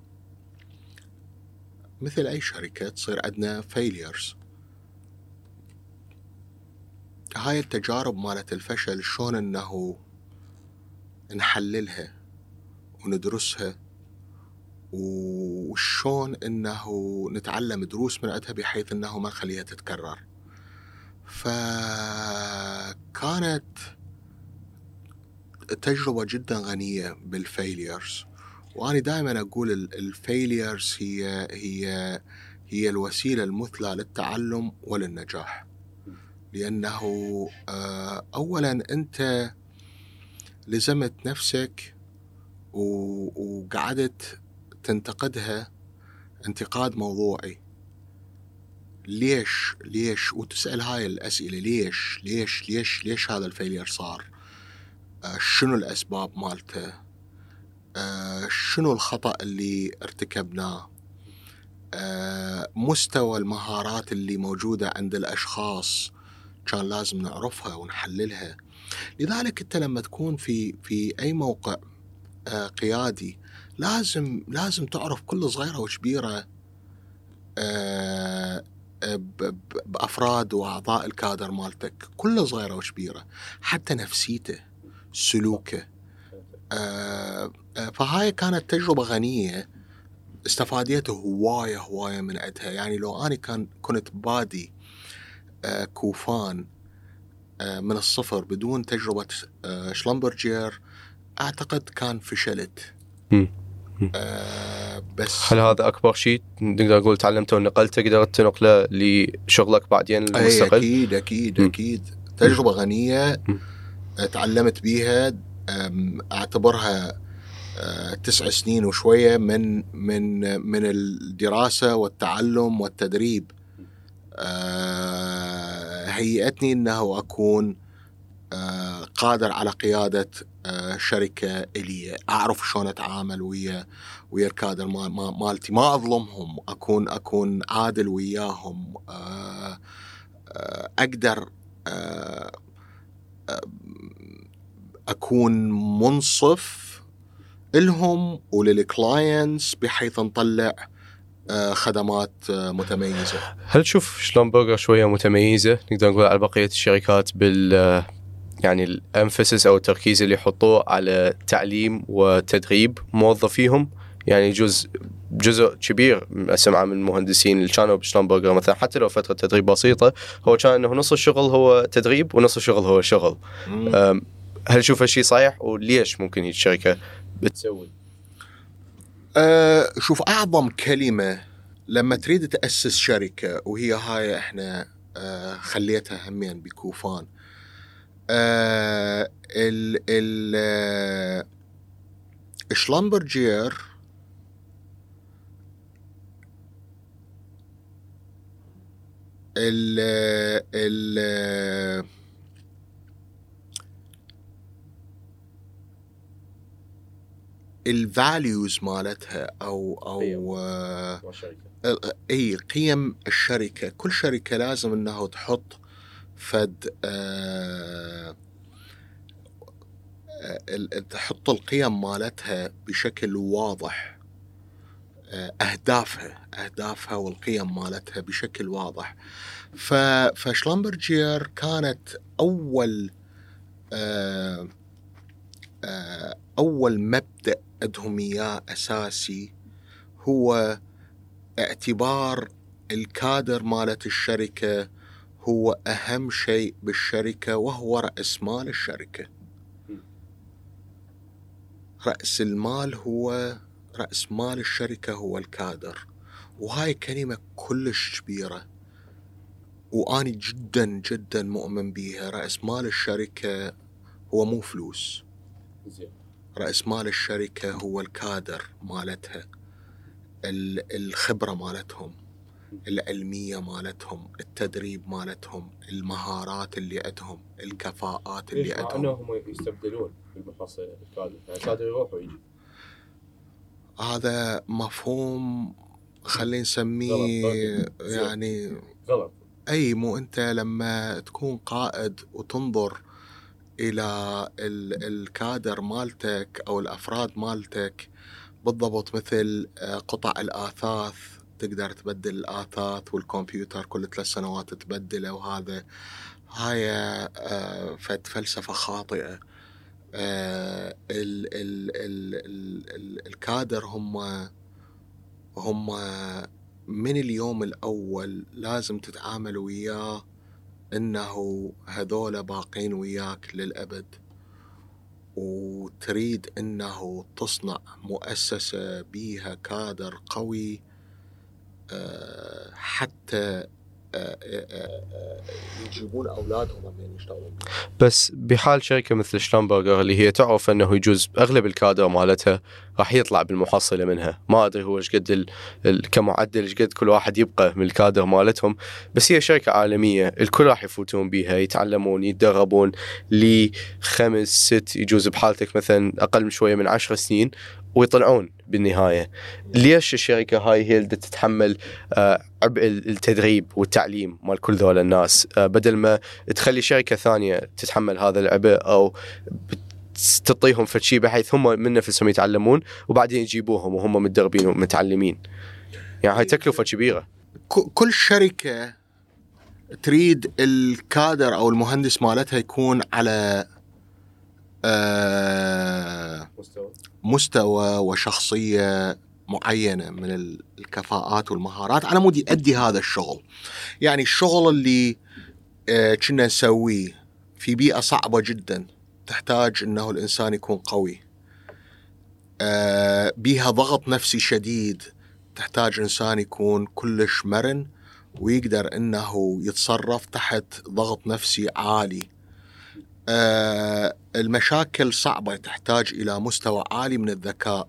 مثل أي شركة تصير عندنا failures. هاي التجارب مالت الفشل شلون أنه نحللها وندرسها، وشون أنه نتعلم دروس من عندها بحيث أنه ما نخليها تتكرر. فكانت تجربة جدا غنية بالفيليرز، وأنا دائما أقول الفيليرز هي الوسيلة المثلى للتعلم وللنجاح. لأنه أولا أنت لزمت نفسك وقعدت تنتقدها انتقاد موضوعي. ليش وتسأل هاي الأسئلة، ليش هذا الفيلير صار، شنو الأسباب مالته، شنو الخطأ اللي ارتكبناه، مستوى المهارات اللي موجودة عند الأشخاص كان لازم نعرفها ونحللها. لذلك أنت لما تكون في أي موقع قيادي لازم تعرف كل صغيرة وكبيرة بأفراد وأعضاء الكادر مالتك، كل صغيرة وكبيرة، حتى نفسيته، سلوكه. فهاي كانت تجربة غنية استفاديته هواية من عدها. يعني لو أنا كنت بادي كوفان من الصفر بدون تجربة شلمبرجر، أعتقد كان فشلت. بس هل هذا أكبر شيء نقدر نقول تعلمته ونقلته قدرت تنقله لشغلك بعدين المستقل؟ أكيد تجربة غنية تعلمت بيها. أعتبرها 9 سنين وشوية من الدراسة والتعلم والتدريب. هيئتني أنه أكون قادر على قيادة شركة إلي، أعرف شلون أتعامل ويا الكادر مالتي، ما أظلمهم، أكون عادل وياهم، أقدر أكون منصف لهم وللكلاينتس بحيث نطلع خدمات متميزة. هل تشوف شلمبرجر شوية متميزة نقدر نقول على بقية الشركات يعني الأمفسس أو التركيز اللي يحطوه على تعليم وتدريب موظفيهم؟ يعني جزء كبير أسمع من المهندسين اللي كانوا بشلمبرجر مثلا، حتى لو فترة تدريب بسيطة، هو كان إنه نص الشغل هو تدريب ونص الشغل هو شغل. هل تشوف هالشيء صحيح؟ وليش ممكن هي الشركة بتسوي؟ شوف، أعظم كلمة لما تريد تأسس شركة، وهي هاي إحنا خليتها همين بكوفان، شلمبرجر الفاليوز مالتها او اي قيم الشركه. كل شركه لازم انه تحط فد تحط القيم مالتها بشكل واضح، اهدافها والقيم مالتها بشكل واضح. فشلمبرجير كانت اول مبدأ عندهم اياه اساسي هو اعتبار الكادر مالت الشركة هو اهم شيء بالشركة، وهو رأس مال الشركة. رأس مال الشركة هو الكادر. وهاي كلمة كلش كبيرة وأنا جدا جدا مؤمن بيها. رأس مال الشركة هو مو فلوس، رأس مال الشركة هو الكادر مالتها، الخبرة مالتهم، العلمية مالتهم، التدريب مالتهم، المهارات اللي عندهم، الكفاءات اللي عندهم. مع أنهم يستبدلون بالمحصلة الكادر، يعني الكادر يروح ويجي. هذا مفهوم خلينا نسميه يعني غلط. أي مو أنت لما تكون قائد وتنظر إلى الكادر مالتك أو الأفراد مالتك بالضبط مثل قطع الآثاث، تقدر تبدل الآثاث والكمبيوتر كل 3 سنوات تبدله. وهذا هاي فلسفة خاطئة. الكادر هم من اليوم الأول لازم تتعامل وياه إنه هذول باقين وياك للأبد، وتريد إنه تصنع مؤسسة بيها كادر قوي حتى يجيبون أولادهم من يشتغلون. بس بحال شركة مثل شلمبرجر اللي هي تعرف أنه يجوز أغلب الكادر مالتها راح يطلع بالمحصلة منها، ما أدري هو إيش قد كمعدل إيش قد كل واحد يبقى من الكادر مالتهم، بس هي شركة عالمية الكل راح يفوتون بيها، يتعلمون يتدربون ل5 6 يجوز بحالتك مثلا أقل من شوية من 10 سنين ويطلعون بالنهاية. ليش الشركة هاي هي اللي تتحمل عبء التدريب والتعليم مال كل ذول الناس، بدل ما تخلي شركة ثانية تتحمل هذا العبء أو تعطيهم فشي بحيث هم من نفسهم يتعلمون وبعدين يجيبوهم وهم متدربين ومتعلمين؟ يعني هاي تكلفة كبيرة. كل شركة تريد الكادر أو المهندس مالتها يكون على مستوى وشخصية معينة من الكفاءات والمهارات على مود يؤدي هذا الشغل. يعني الشغل اللي كنا نسويه في بيئة صعبة جدا تحتاج انه الانسان يكون قوي، بيها ضغط نفسي شديد تحتاج انسان يكون كلش مرن ويقدر انه يتصرف تحت ضغط نفسي عالي. المشاكل صعبة تحتاج الى مستوى عالي من الذكاء،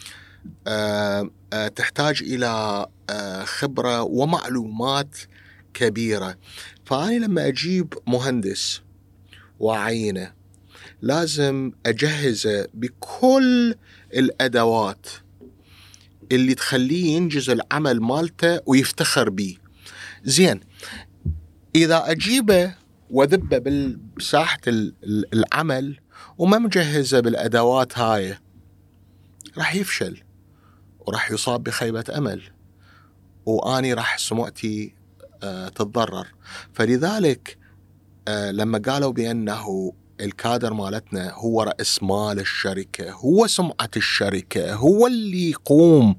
تحتاج الى خبرة ومعلومات كبيرة. فأنا لما أجيب مهندس وأعينه لازم أجهزه بكل الأدوات اللي تخليه ينجز العمل مالته ويفتخر بيه. زين، إذا أجيبه وذبه بساحة العمل وما مجهزه بالأدوات هاي راح يفشل وراح يصاب بخيبة أمل، وآني راح سمعتي تتضرر. فلذلك لما قالوا بأنه الكادر مالتنا هو رأس مال الشركة، هو سمعة الشركة، هو اللي يقوم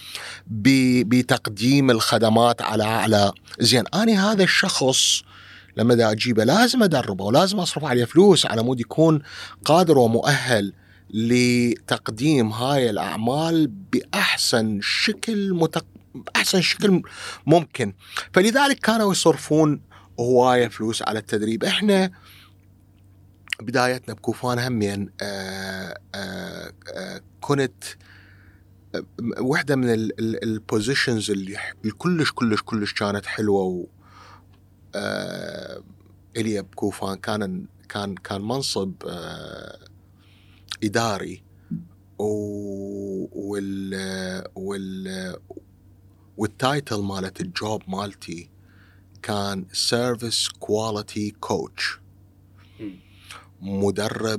بتقديم الخدمات على أعلى. زين، أنا هذا الشخص لما دا أجيبه لازم أدربه ولازم أصرف عليه فلوس على مود يكون قادر ومؤهل لتقديم هاي الأعمال بأحسن شكل بأحسن شكل ممكن. فلذلك كانوا يصرفون هواية فلوس على التدريب. إحنا بدايتنا بكوفان همين كنت واحدة من البوزيشنز اللي كلش كلش كلش كانت حلوة إلي بكوفان كان منصب إداري، والتايتل مالت الجوب مالتي كان سيرفيس كواليتي كوتش، مدرب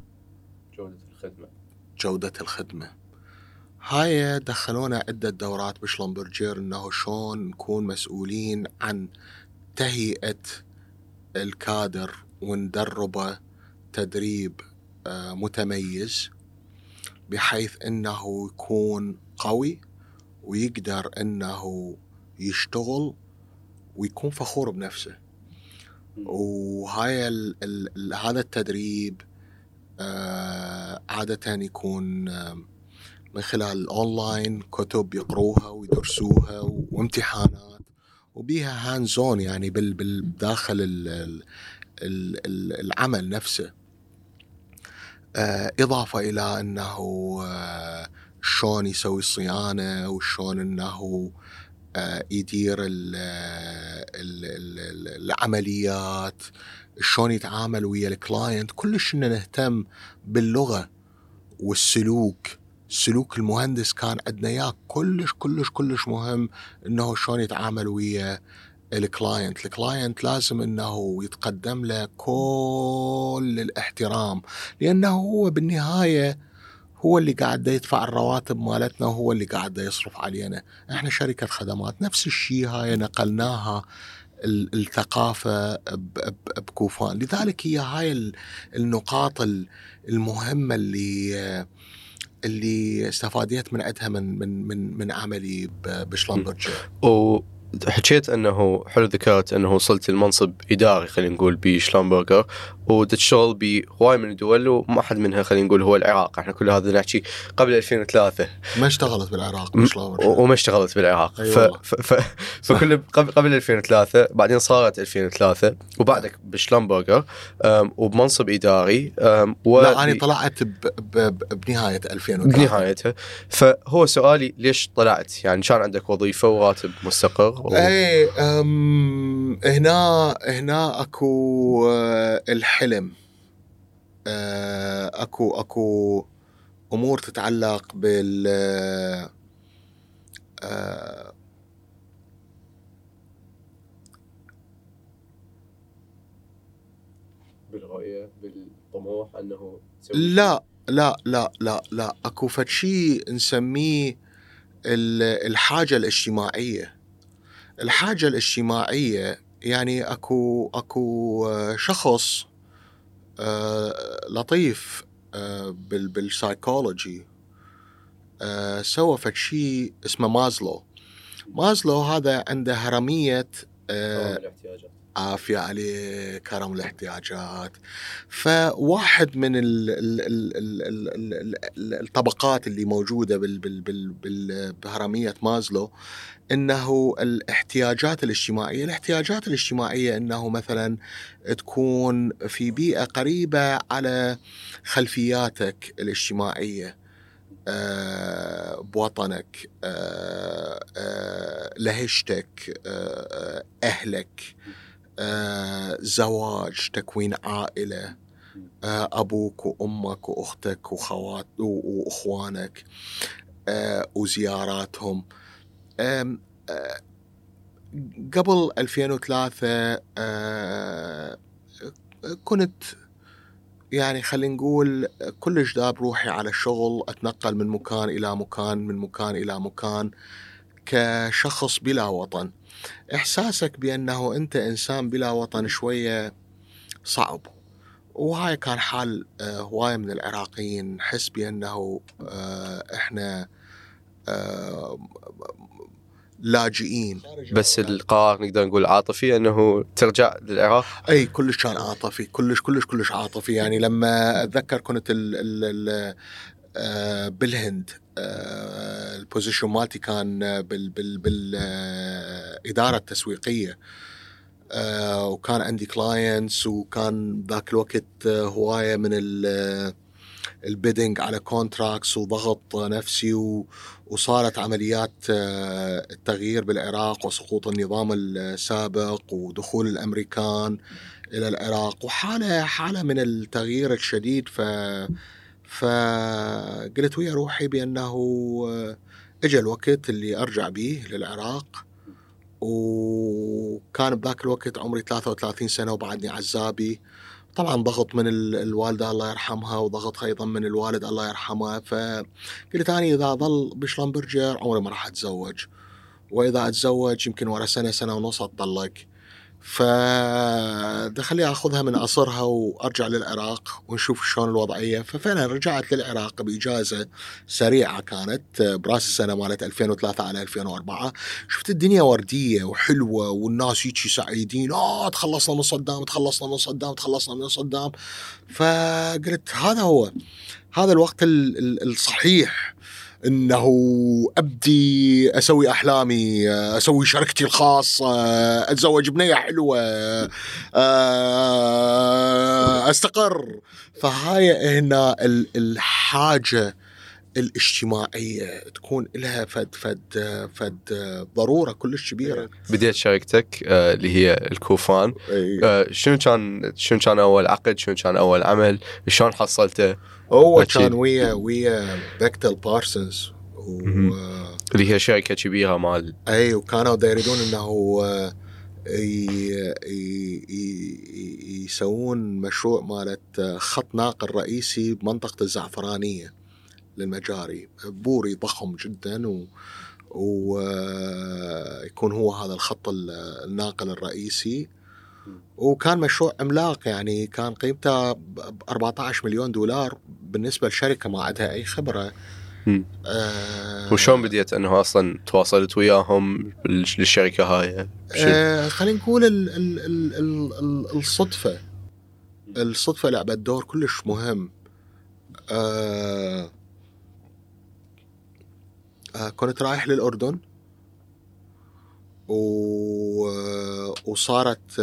جودة الخدمة. هاي دخلونا عدة دورات بشلمبرجير إنه شون نكون مسؤولين عن تهيئة الكادر وندربه تدريب متميز بحيث إنه يكون قوي ويقدر إنه يشتغل ويكون فخور بنفسه. وهاي هذا التدريب عادة يكون من خلال الأونلاين، كتب يقروها ويدرسوها وامتحانات وبيها هانزون يعني بالداخل العمل نفسه. إضافة إلى أنه شلون يسوي الصيانة وشلون أنه يدير العمليات، شلون يتعامل ويا الكلاينت. كلش نهتم باللغة والسلوك. سلوك المهندس كان عندنا إياه كلش مهم، إنه شلون يتعامل ويا الكلاينت لازم إنه يتقدم له كل الاحترام، لأنه هو بالنهاية هو اللي قاعد يدفع الرواتب مالتنا وهو اللي قاعد يصرف علينا. احنا شركة خدمات. نفس الشيء هاي نقلناها الثقافة بكوفان. لذلك هي هاي النقاط المهمة اللي استفاديت من عندها من عملي بشلمبرجير. وحكيت انه حلو ذكرت انه وصلت المنصب اداري خلينا نقول بشلمبرجر، وتشتغل بهواي من الدول وما حد منها خلينا نقول هو العراق. احنا كل هذا نحكي قبل 2003. ما اشتغلت بالعراق وما اشتغلت بالعراق. أيوة. فكل قبل 2003، بعدين صارت 2003 وبعدك بشلمبرجر وبمنصب اداري. لا انا طلعت بنهايه 2003 بنهايتها. فهو سؤالي ليش طلعت؟ يعني كان عندك وظيفه وراتب مستقر اي هنا اكو الحلم، اكو امور تتعلق بالرؤيه بالطموح انه لا اكو فشي نسميه الحاجه الاجتماعيه. الحاجه الاجتماعيه يعني اكو شخص لطيف بالسايكولوجي سوى فشي اسمه مازلو هذا عنده هرمية عافية عليه كرم الاحتياجات. فواحد من الطبقات اللي موجودة بهرمية مازلو إنه الاحتياجات الاجتماعية إنه مثلا تكون في بيئة قريبة على خلفياتك الاجتماعية، بوطنك، لهجتك، أهلك، زواج، تكوين عائلة، أبوك وأمك وأختك وخوات وأخوانك، وزياراتهم. قبل 2003 كنت يعني خلينا نقول كلش داب روحي على الشغل، أتنقل من مكان إلى مكان كشخص بلا وطن. إحساسك بأنه أنت إنسان بلا وطن شوية صعب، وهاي كان حال هواية من العراقيين. نحس بأنه إحنا لاجئين. بس القرار نقدر نقول عاطفي انه ترجع للعراق. اي كلش كان عاطفي، كلش عاطفي. يعني لما اتذكر كنت بالهند، البوزيشن مالتي كان بالإدارة التسويقية، وكان عندي كلاينتس، وكان ذاك الوقت هواية من البيدنج على كونتراكتس وضغط نفسي، وصارت عمليات التغيير بالعراق وسقوط النظام السابق ودخول الأمريكان إلى العراق، وحالة من التغيير الشديد. فقلت ويا روحي بأنه اجى الوقت اللي أرجع به للعراق. وكان بذاك الوقت عمري 33 سنة وبعدني عزابي. طبعا ضغط من الوالدة الله يرحمها، وضغط أيضا من الوالد الله يرحمه. فقلت أنا إذا ظل بشلمبرجر عمري ما راح أتزوج، وإذا أتزوج يمكن ورا سنة ونص أتطلق. فدخلي أخذها من عصرها وأرجع للعراق ونشوف شلون الوضعية. ففعلا رجعت للعراق بإجازة سريعة كانت براس السنة مالت 2003 على 2004. شفت الدنيا وردية وحلوة والناس يجي سعيدين، تخلصنا من صدام، تخلصنا من صدام، تخلصنا من صدام. فقلت هذا الوقت الصحيح إنه أبدي أسوي أحلامي، أسوي شركتي الخاصة، أتزوج بنية حلوة، أستقر. فهاي هنا الحاجة الاجتماعية تكون لها فد ضرورة كلش كبيرة. بديت شركتك اللي هي الكوفان. شنو كان أول عقد؟ شنو كان أول عمل؟ شلون حصلته؟ هو كان ويا بيكتل بارسونز اللي هي شركة كبيرة مال. وكانوا يريدون انه يسوون مشروع مالت خط ناقل رئيسي بمنطقة الزعفرانية للمجاري، بوري ضخم جدا، ويكون هو هذا الخط الناقل الرئيسي. وكان مشروع عملاق، يعني كان قيمته $14 مليون بالنسبة لشركة ما عندها أي خبرة. وشون بديت أنه أصلا تواصلت وياهم للشركة هاي؟ خلينا نقول الصدفة لعبت دور كلش مهم. كنت رايح للأردن وصارت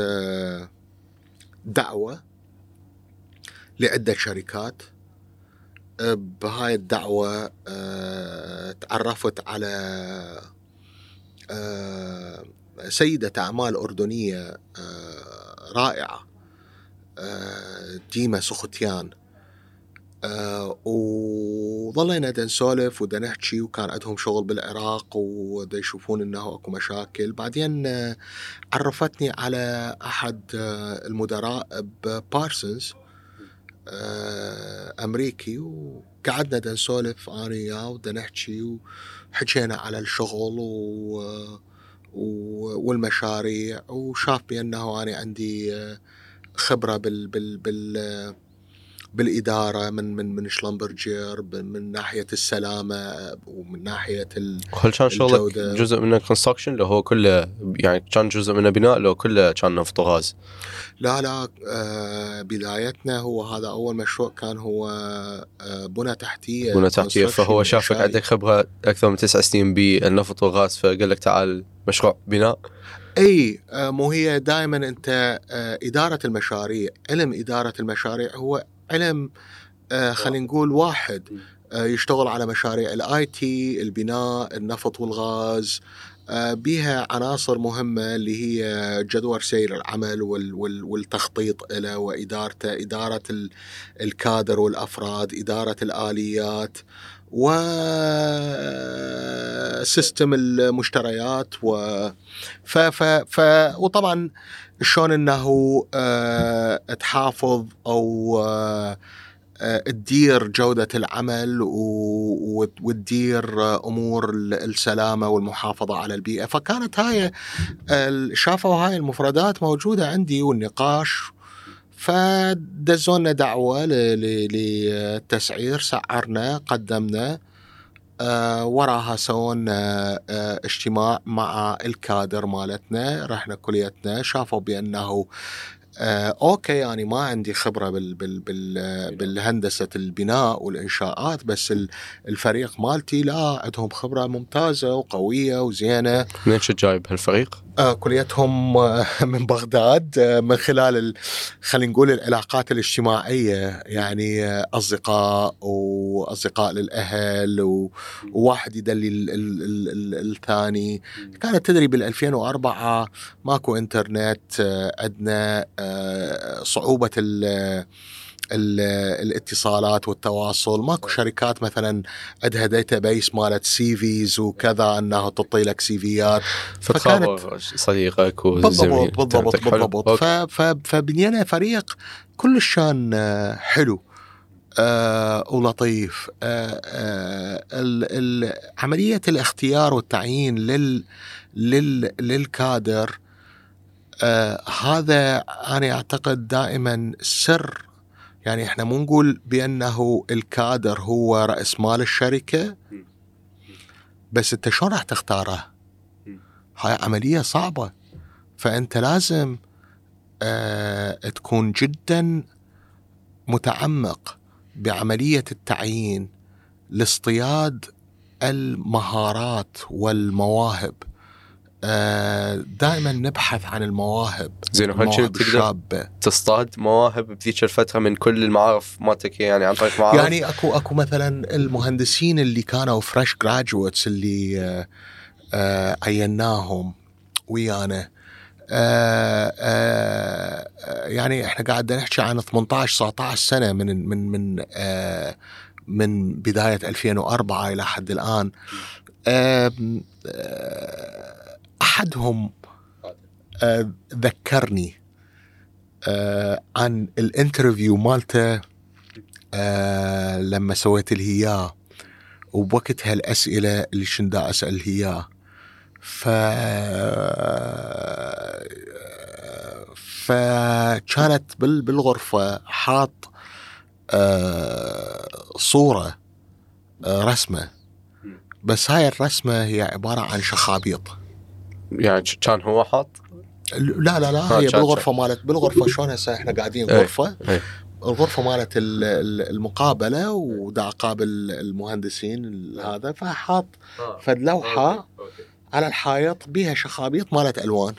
دعوة لعدة شركات. بهاي الدعوة تعرفت على سيدة أعمال أردنية رائعة، ديما سختيان. وظلينا نسولف ونحكي، وكان عندهم شغل بالعراق ودا يشوفون انه اكو مشاكل. بعدين عرفتني على احد المدراء ببارسونز امريكي، وقعدنا نسولف انا وياه ودا نحكي، وحكينا على الشغل والمشاريع. وشاف بانه انا عندي خبرة بالإدارة من شلمبرجر، من ناحية السلامة ومن ناحية هل كان شغلك جزء منه كونستراكشن لو هو كله، يعني كان جزء منه بناء لو كله كان نفط وغاز؟ لا بدايتنا هو هذا أول مشروع كان هو بنى تحتية. فهو شافك عندك خبرة أكثر من 9 سنين بالنفط والغاز فقال لك تعال مشروع بناء. مو هي دائما أنت إدارة المشاريع، علم إدارة المشاريع هو علم خلينا نقول واحد يشتغل على مشاريع الاي تي، البناء، النفط والغاز، بها عناصر مهمة اللي هي جدول سير العمل والتخطيط له وإدارته، إدارة الكادر والأفراد، إدارة الآليات، وسيستم المشتريات وطبعا شلون انه تحافظ او تدير جودة العمل وتدير امور السلامة والمحافظة على البيئة. فكانت هاي شافوا هاي المفردات موجودة عندي والنقاش، فدزونا دعوة للتسعير، سعرنا، قدمنا، وراها سوونا اجتماع مع الكادر مالتنا، رحنا كليتنا، شافوا بأنه أوكي يعني ما عندي خبرة بالهندسة البناء والإنشاءات، بس الفريق مالتي لا عندهم خبرة ممتازة وقوية وزينة. منين جايب هالفريق؟ كليتهم من بغداد، من خلال خلينا نقول العلاقات الاجتماعية، يعني أصدقاء وأصدقاء للأهل، وواحد يدلي الثاني. كانت تدري بال2004 ماكو إنترنت عندنا، صعوبة الاتصالات والتواصل. ماكو شركات مثلا عندها داتا بيس مالت سيفيز وكذا انها تعطي لك سيفيات، فتخابر صديقك وزميل. بالضبط. فبنينا فريق كلش كان حلو ولطيف. عملية الاختيار والتعيين للكادر، هذا أنا أعتقد دائما سر. يعني إحنا مو نقول بأنه الكادر هو رأس مال الشركة، بس أنت شلون راح تختاره؟ هاي عملية صعبة، فأنت لازم تكون جدا متعمق بعملية التعيين لاصطياد المهارات والمواهب. دائما نبحث عن المواهب. زين، وهل كنت تقدر تصطاد مواهب بذيك الفترة من كل المعارف مالتك؟ يعني عن طريق معارف، يعني اكو مثلا المهندسين اللي كانوا فريش جراجويتس اللي عيناهم ويانا. يعني احنا قاعد نحكي عن 18-19 سنة من بداية 2004 إلى حد الآن. أحدهم ذكرني عن الانترفيو مالته لما سويت الهياه، وبوقتها الأسئلة اللي شندا أسأل هياه. فكانت بالغرفة حاط صورة رسمة، بس هاي الرسمة هي عبارة عن شخابيط. يعني كان هو حاط؟ لا هي بالغرفة شلون هسه احنا قاعدين غرفة، الغرفة مالت المقابلة، ودا قابل المهندسين هذا، فحاط فد لوحة على الحائط بيها شخابيط مالت ألوان.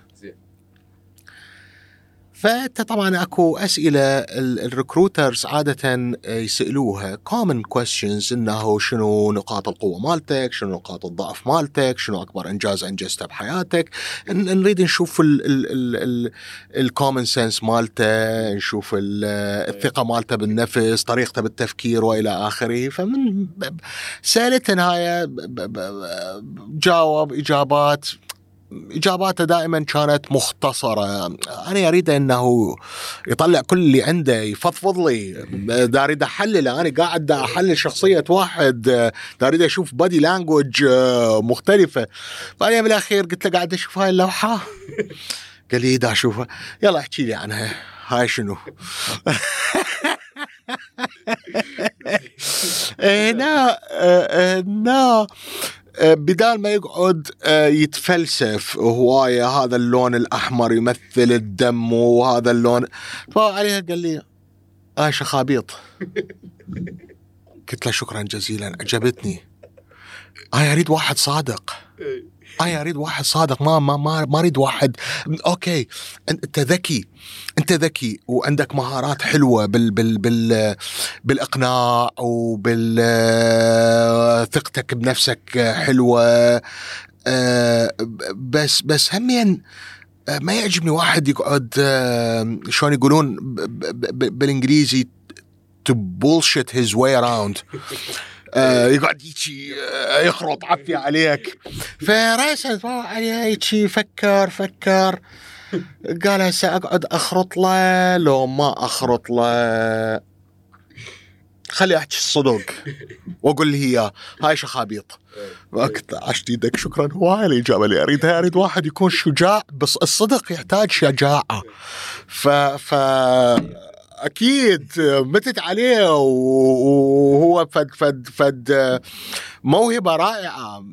فأنت طبعا أكو أسئلة الريكروترز عادة يسألوها common questions، إنه شنو نقاط القوة مالتك، شنو نقاط الضعف مالتك، شنو أكبر إنجاز أنجزته بحياتك. نريد نشوف الcommon sense مالته، نشوف الثقة مالته بالنفس، طريقته بالتفكير وإلى آخره. فمن سألتنا هاي جاوب إجاباته دائما كانت مختصرة. أنا أريد أنه يطلع كل اللي عنده، يفضفض لي، دا أريد أحلل. أنا قاعد دا أحلل شخصية واحد، دا أريد أشوف بادي لانجوج مختلفة. فأنا بالأخير قلت له قاعد أشوف هاي اللوحة. قال لي دا أشوفها، يلا احكي لي عنها، هاي شنو؟ هنا بدال ما يقعد يتفلسف هواية، هذا اللون الأحمر يمثل الدم وهذا اللون، فعليها قال لي شخابيط. قلت له شكرا جزيلا، عجبتني. أريد واحد صادق، أريد واحد صادق، ما أريد واحد أوكي أنت ذكي وعندك مهارات حلوة بالإقناع وبالثقتك بنفسك حلوة، بس همين ما يعجبني واحد يقعد شلون يقولون بالإنجليزي to bullshit his way around. يقعد يخرط عفية عليك. فرأسا عليه فكر قال هسه أقعد أخرط له لو ما أخرط له، خلي أحكي الصدق وأقول لي هي هاي شخابيط. وقت عشت يدك، شكرا، هو هاي الإجابة اللي أريدها. أريد واحد يكون شجاع، بس الصدق يحتاج شجاعة. أكيد متت عليه، وهو فد موهبة رائعة.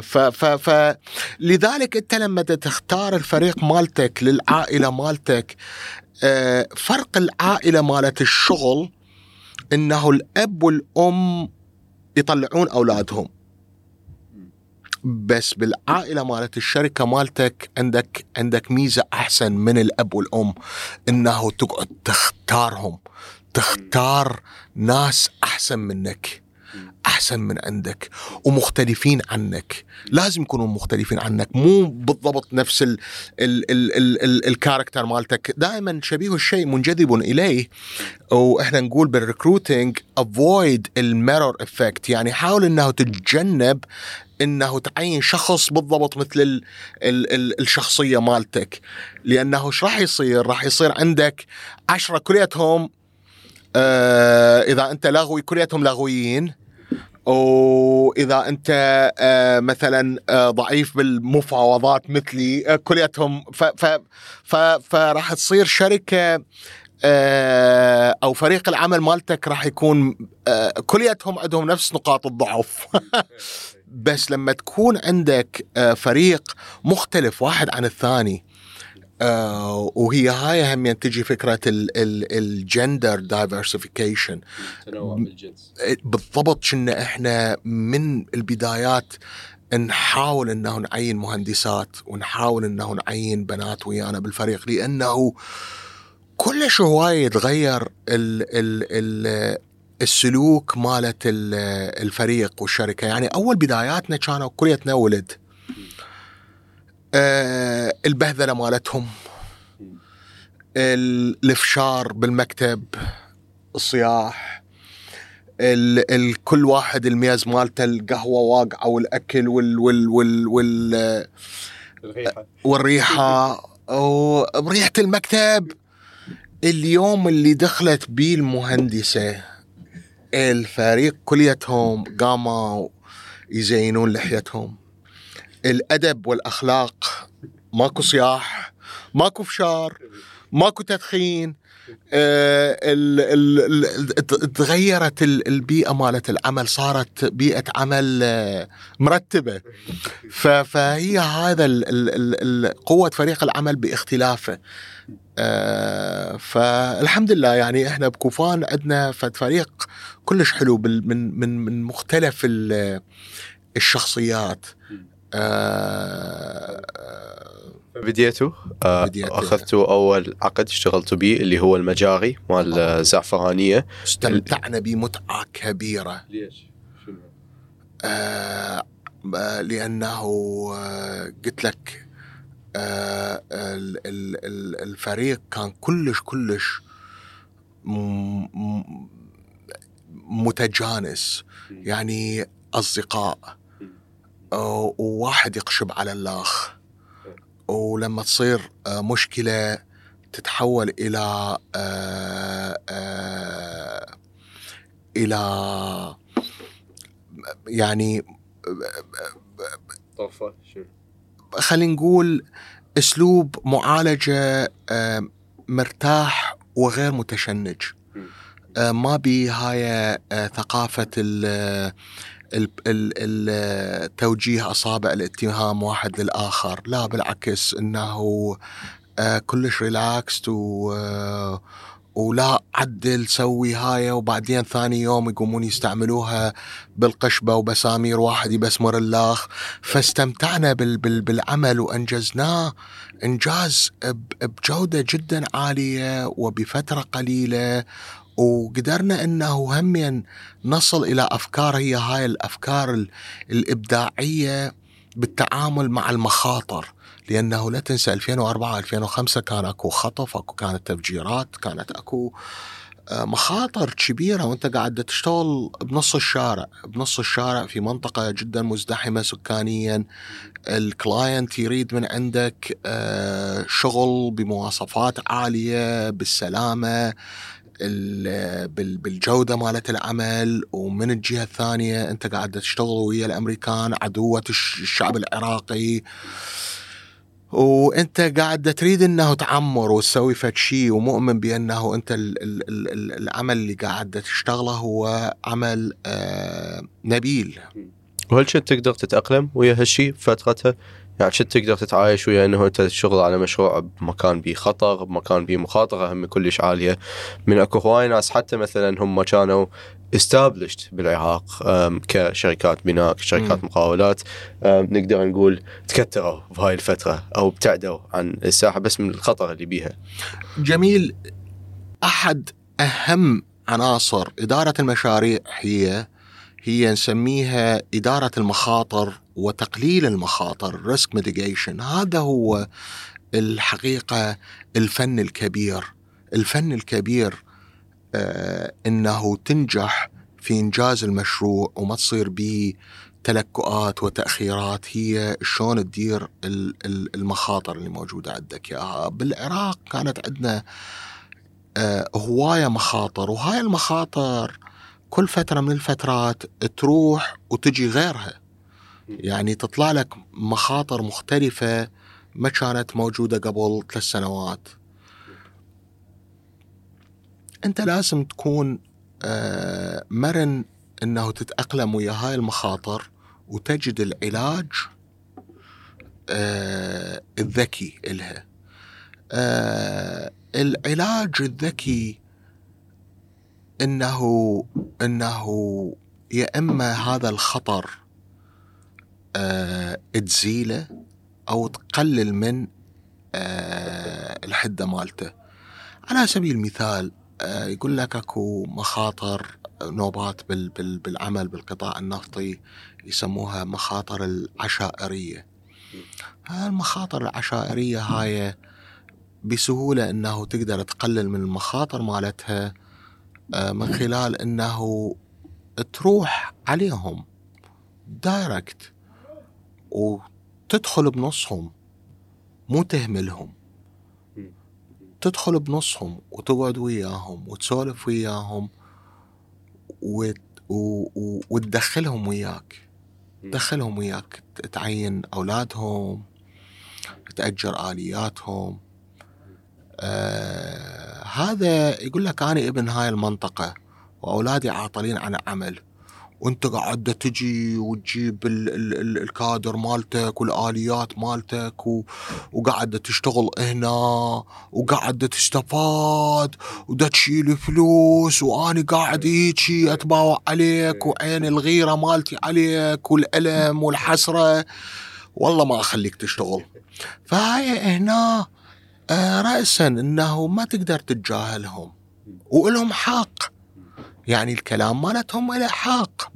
فلذلك أنت لما تختار الفريق مالتك للعائلة مالتك، فرق العائلة مالت الشغل إنه الأب والأم يطلعون أولادهم، بس بالعائلة مالت الشركة مالتك عندك ميزة أحسن من الأب والأم، إنه تقعد تختار ناس أحسن منك، أحسن من عندك ومختلفين عنك. لازم يكونوا مختلفين عنك، مو بالضبط نفس الكاركتر مالتك، دائما شبيه الشيء منجذب إليه. وإحنا نقول بالريكروتينج avoid الميرور إفكت، يعني حاول أنه تتجنب انه تعين شخص بالضبط مثل الشخصية مالتك، لانه ايش راح يصير عندك 10 كليتهم اذا انت لغوي كليتهم لغويين، واذا انت مثلا ضعيف بالمفاوضات مثلي كليتهم فراح تصير شركة او فريق العمل مالتك راح يكون كليتهم عندهم نفس نقاط الضعف. بس لما تكون عندك فريق مختلف واحد عن الثاني، وهي هاي هم تجي فكرة الجندر دايفرسيفيكيشن، تنوع بالجنس بالضبط. شنا احنا من البدايات نحاول انه نعين مهندسات ونحاول انه نعين بنات ويانا بالفريق، لانه كلش هواي يتغير السلوك مالت الفريق والشركة. يعني أول بداياتنا كانوا كليتنا ولد، البهذلة مالتهم، الفشار بالمكتب، الصياح، كل واحد الميز مالته، القهوة واقعة والأكل والريحة وريحة المكتب. اليوم اللي دخلت بيه المهندسة الفريق كليتهم قاموا يزينون لحيتهم، الأدب والأخلاق، ماكو صياح، ماكو فشار، ماكو تدخين. تغيرت البيئة مالت العمل، صارت بيئة عمل مرتبة. فهي هذا قوة فريق العمل باختلافه. فالحمد لله يعني احنا بكوفان عندنا فريق كلش حلو من مختلف الشخصيات. بديتوا أخذتوا أول عقد اشتغلتوا به اللي هو المجاري مال الزعفرانية، استمتعنا بمتعة كبيرة. ليش؟ شنو؟ لأنه قلت لك الفريق كان كلش متجانس، يعني أصدقاء، وواحد يقشب على الآخر، ولما تصير مشكلة تتحول إلى يعني طرفة شنو؟ خلينا نقول أسلوب معالجة مرتاح وغير متشنج. ما بي هاي ثقافة توجيه أصابع الاتهام واحد للآخر، لا بالعكس، إنه كلش ريلاكست ولا عدل سوي هاي، وبعدين ثاني يوم يقومون يستعملوها بالقشبة وبسامير واحد يبسمر اللاخ. فاستمتعنا بالعمل وأنجزناه إنجاز بجودة جدا عالية وبفترة قليلة، وقدرنا أنه همين نصل إلى أفكار، هي هاي الأفكار الإبداعية بالتعامل مع المخاطر. لأنه لا تنسى 2004-2005 كان أكو خطف، أكو كانت تفجيرات، كانت أكو مخاطر كبيرة، وانت قاعد تشتغل بنص الشارع في منطقة جدا مزدحمة سكانيا. الكلاينت يريد من عندك شغل بمواصفات عالية، بالسلامة، بالجودة مالت العمل، ومن الجهة الثانية انت قاعد تشتغل ويا الامريكان عدوة الشعب العراقي، وانت قاعد تريد انه تعمر وتسوي فد شيء، ومؤمن بانه انت العمل اللي قاعد تشتغله هو عمل نبيل. وهل كنت تقدر تتأقلم ويا هالشيء بفترتها؟ يعني كنت تقدر تتعايش ويا انه انت تشتغل على مشروع بمكان بيه خطر، بمكان بيه مخاطرة هم كلش عالية؟ من اكو هواي ناس حتى مثلا هم كانوا established بالعراق كشركات بناء، كشركات مقاولات، نقدر نقول تكتروا بهاي الفترة او ابتعدوا عن الساحة بس من الخطر اللي بيها. جميل. احد اهم عناصر إدارة المشاريع هي هي نسميها إدارة المخاطر وتقليل المخاطر risk mitigation. هذا هو الحقيقة الفن الكبير. الفن الكبير إنه تنجح في إنجاز المشروع وما تصير به تلكؤات وتأخيرات. هي شلون تدير المخاطر اللي موجودة عندك. يا بالعراق كانت عندنا هواية مخاطر، وهاي المخاطر كل فترة من الفترات تروح وتجي غيرها. يعني تطلع لك مخاطر مختلفة ما كانت موجودة قبل 3 سنوات. أنت لازم تكون مرن أنه تتأقلم ويا هاي المخاطر وتجد العلاج الذكي إلها. العلاج الذكي إنه يا إما هذا الخطر تزيله أو تقلل من الحدة مالته. على سبيل المثال يقول لك أكو مخاطر نوبات بالعمل بالقطاع النفطي يسموها مخاطر العشائرية. المخاطر العشائرية هاي بسهولة أنه تقدر تقلل من المخاطر مالتها من خلال أنه تروح عليهم دايركت وتدخل بنصهم، مو تهملهم. تدخل بنصهم وتقعد وياهم وتسولف وياهم وتدخلهم وياك. تدخلهم وياك، تعين أولادهم، تأجر آلياتهم. هذا يقول لك أنا ابن هاي المنطقة وأولادي عاطلين عن عمل، وانت قاعدة تجي وتجيب الكادر مالتك والآليات مالتك وقاعدة تشتغل هنا وقاعدة تستفاد ودا تشيل فلوس، وأنا قاعد هيجي أتباوع عليك وعين الغيرة مالتي عليك والألم والحسرة، والله ما أخليك تشتغل. فهاي هنا رأسا إنه ما تقدر تتجاهلهم وإلهم حق. يعني الكلام مالتهم إلى حق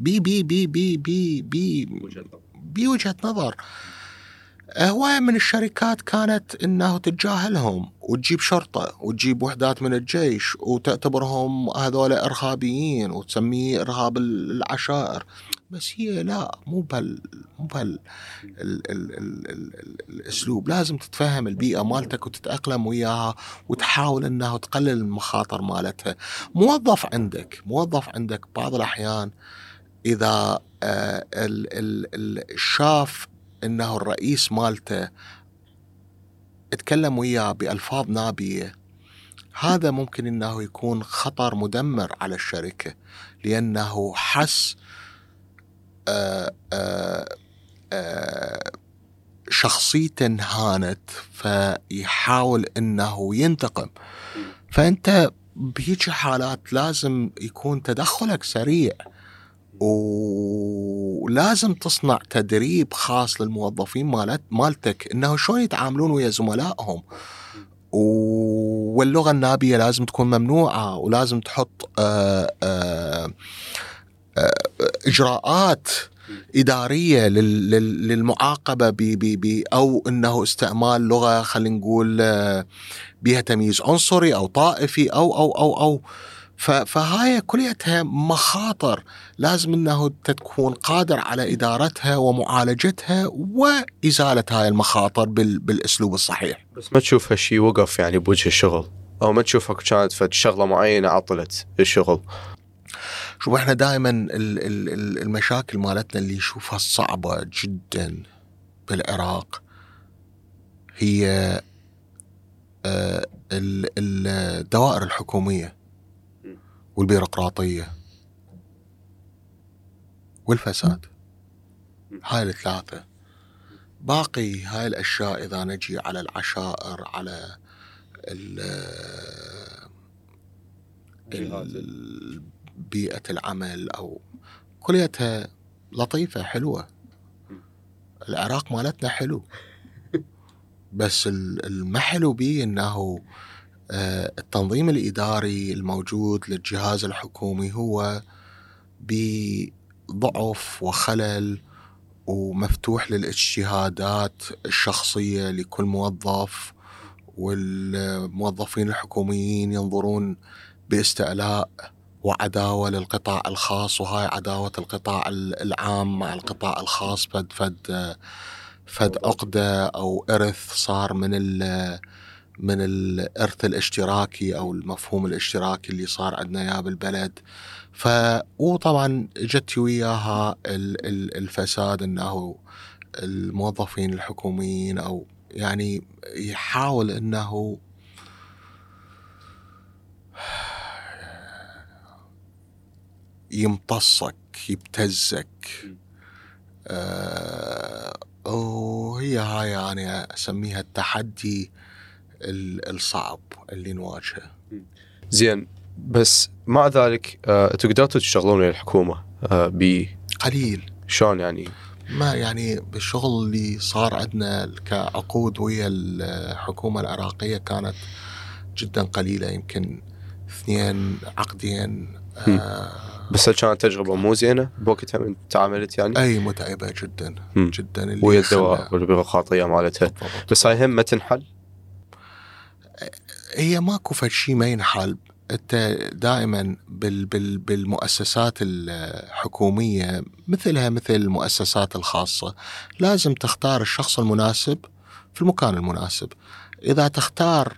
بوجهة نظر. هواية من الشركات كانت إنه تتجاهلهم وتجيب شرطة وتجيب وحدات من الجيش وتعتبرهم هذول إرهابيين وتسميه إرهاب العشائر. بس هي لا، مو الأسلوب. لازم تتفهم البيئة مالتك وتتأقلم وياها وتحاول أنه تقلل المخاطر مالتها. موظف عندك بعض الأحيان إذا شاف أنه الرئيس مالته اتكلم وياه بألفاظ نابية، هذا ممكن أنه يكون خطر مدمر على الشركة، لأنه حس شخصيته انهانت فيحاول انه ينتقم. فانت بهيك حالات لازم يكون تدخلك سريع، ولازم تصنع تدريب خاص للموظفين مالتك انه شلون يتعاملون ويا زملائهم. واللغة النابية لازم تكون ممنوعة، ولازم تحط إجراءات إدارية للمعاقبة أو أنه استعمال لغة خلينا نقول بها تمييز عنصري أو طائفي أو فهاي كلها مخاطر لازم أنه تكون قادر على إدارتها ومعالجتها وإزالة هاي المخاطر بالأسلوب الصحيح. بس ما تشوف هالشي وقف يعني بوجه الشغل، أو ما تشوفك كانت فد شغلة معينة عطلت الشغل؟ شوف، احنا دائما المشاكل مالتنا اللي نشوفها صعبة جدا بالعراق هي الدوائر الحكومية والبيروقراطية والفساد. هاي الثلاثة. باقي هاي الأشياء إذا نجي على العشائر، على بيئة العمل أو كليتها لطيفة حلوة. العراق مالتنا حلو، بس المحلو بيه إنه التنظيم الإداري الموجود للجهاز الحكومي هو ضعف وخلل ومفتوح للاجتهادات الشخصية لكل موظف، والموظفين الحكوميين ينظرون باستعلاء وعداوة للقطاع الخاص، وهاي عداوة القطاع العام مع القطاع الخاص فد عقدة أو إرث صار من الإرث الاشتراكي أو المفهوم الاشتراكي اللي صار عندنا يا بالبلد. وطبعا جت وياها الفساد، أنه الموظفين الحكوميين أو يعني يحاول أنه يمتصك يبتزك. وهي هاي أنا أسميها التحدي الصعب اللي نواجهه. زين، بس مع ذلك انتوا قدرتوا تشتغلون الحكومة قليل. شلون يعني؟ ما يعني بالشغل اللي صار عندنا كعقود ويا الحكومة العراقية كانت جدا قليلة، يمكن 2 عقدين. بس هل كانت تجربة مو زينة بوقتها من تعاملت يعني؟ أي متعبة جدا جدا، اللي ويا الدواء والبيروقراطية مالتها. بس هاي هم ما تنحل؟ هي ماكو فد شيء ما ينحل. انت دائما بالمؤسسات الحكومية مثلها مثل المؤسسات الخاصة لازم تختار الشخص المناسب في المكان المناسب. إذا تختار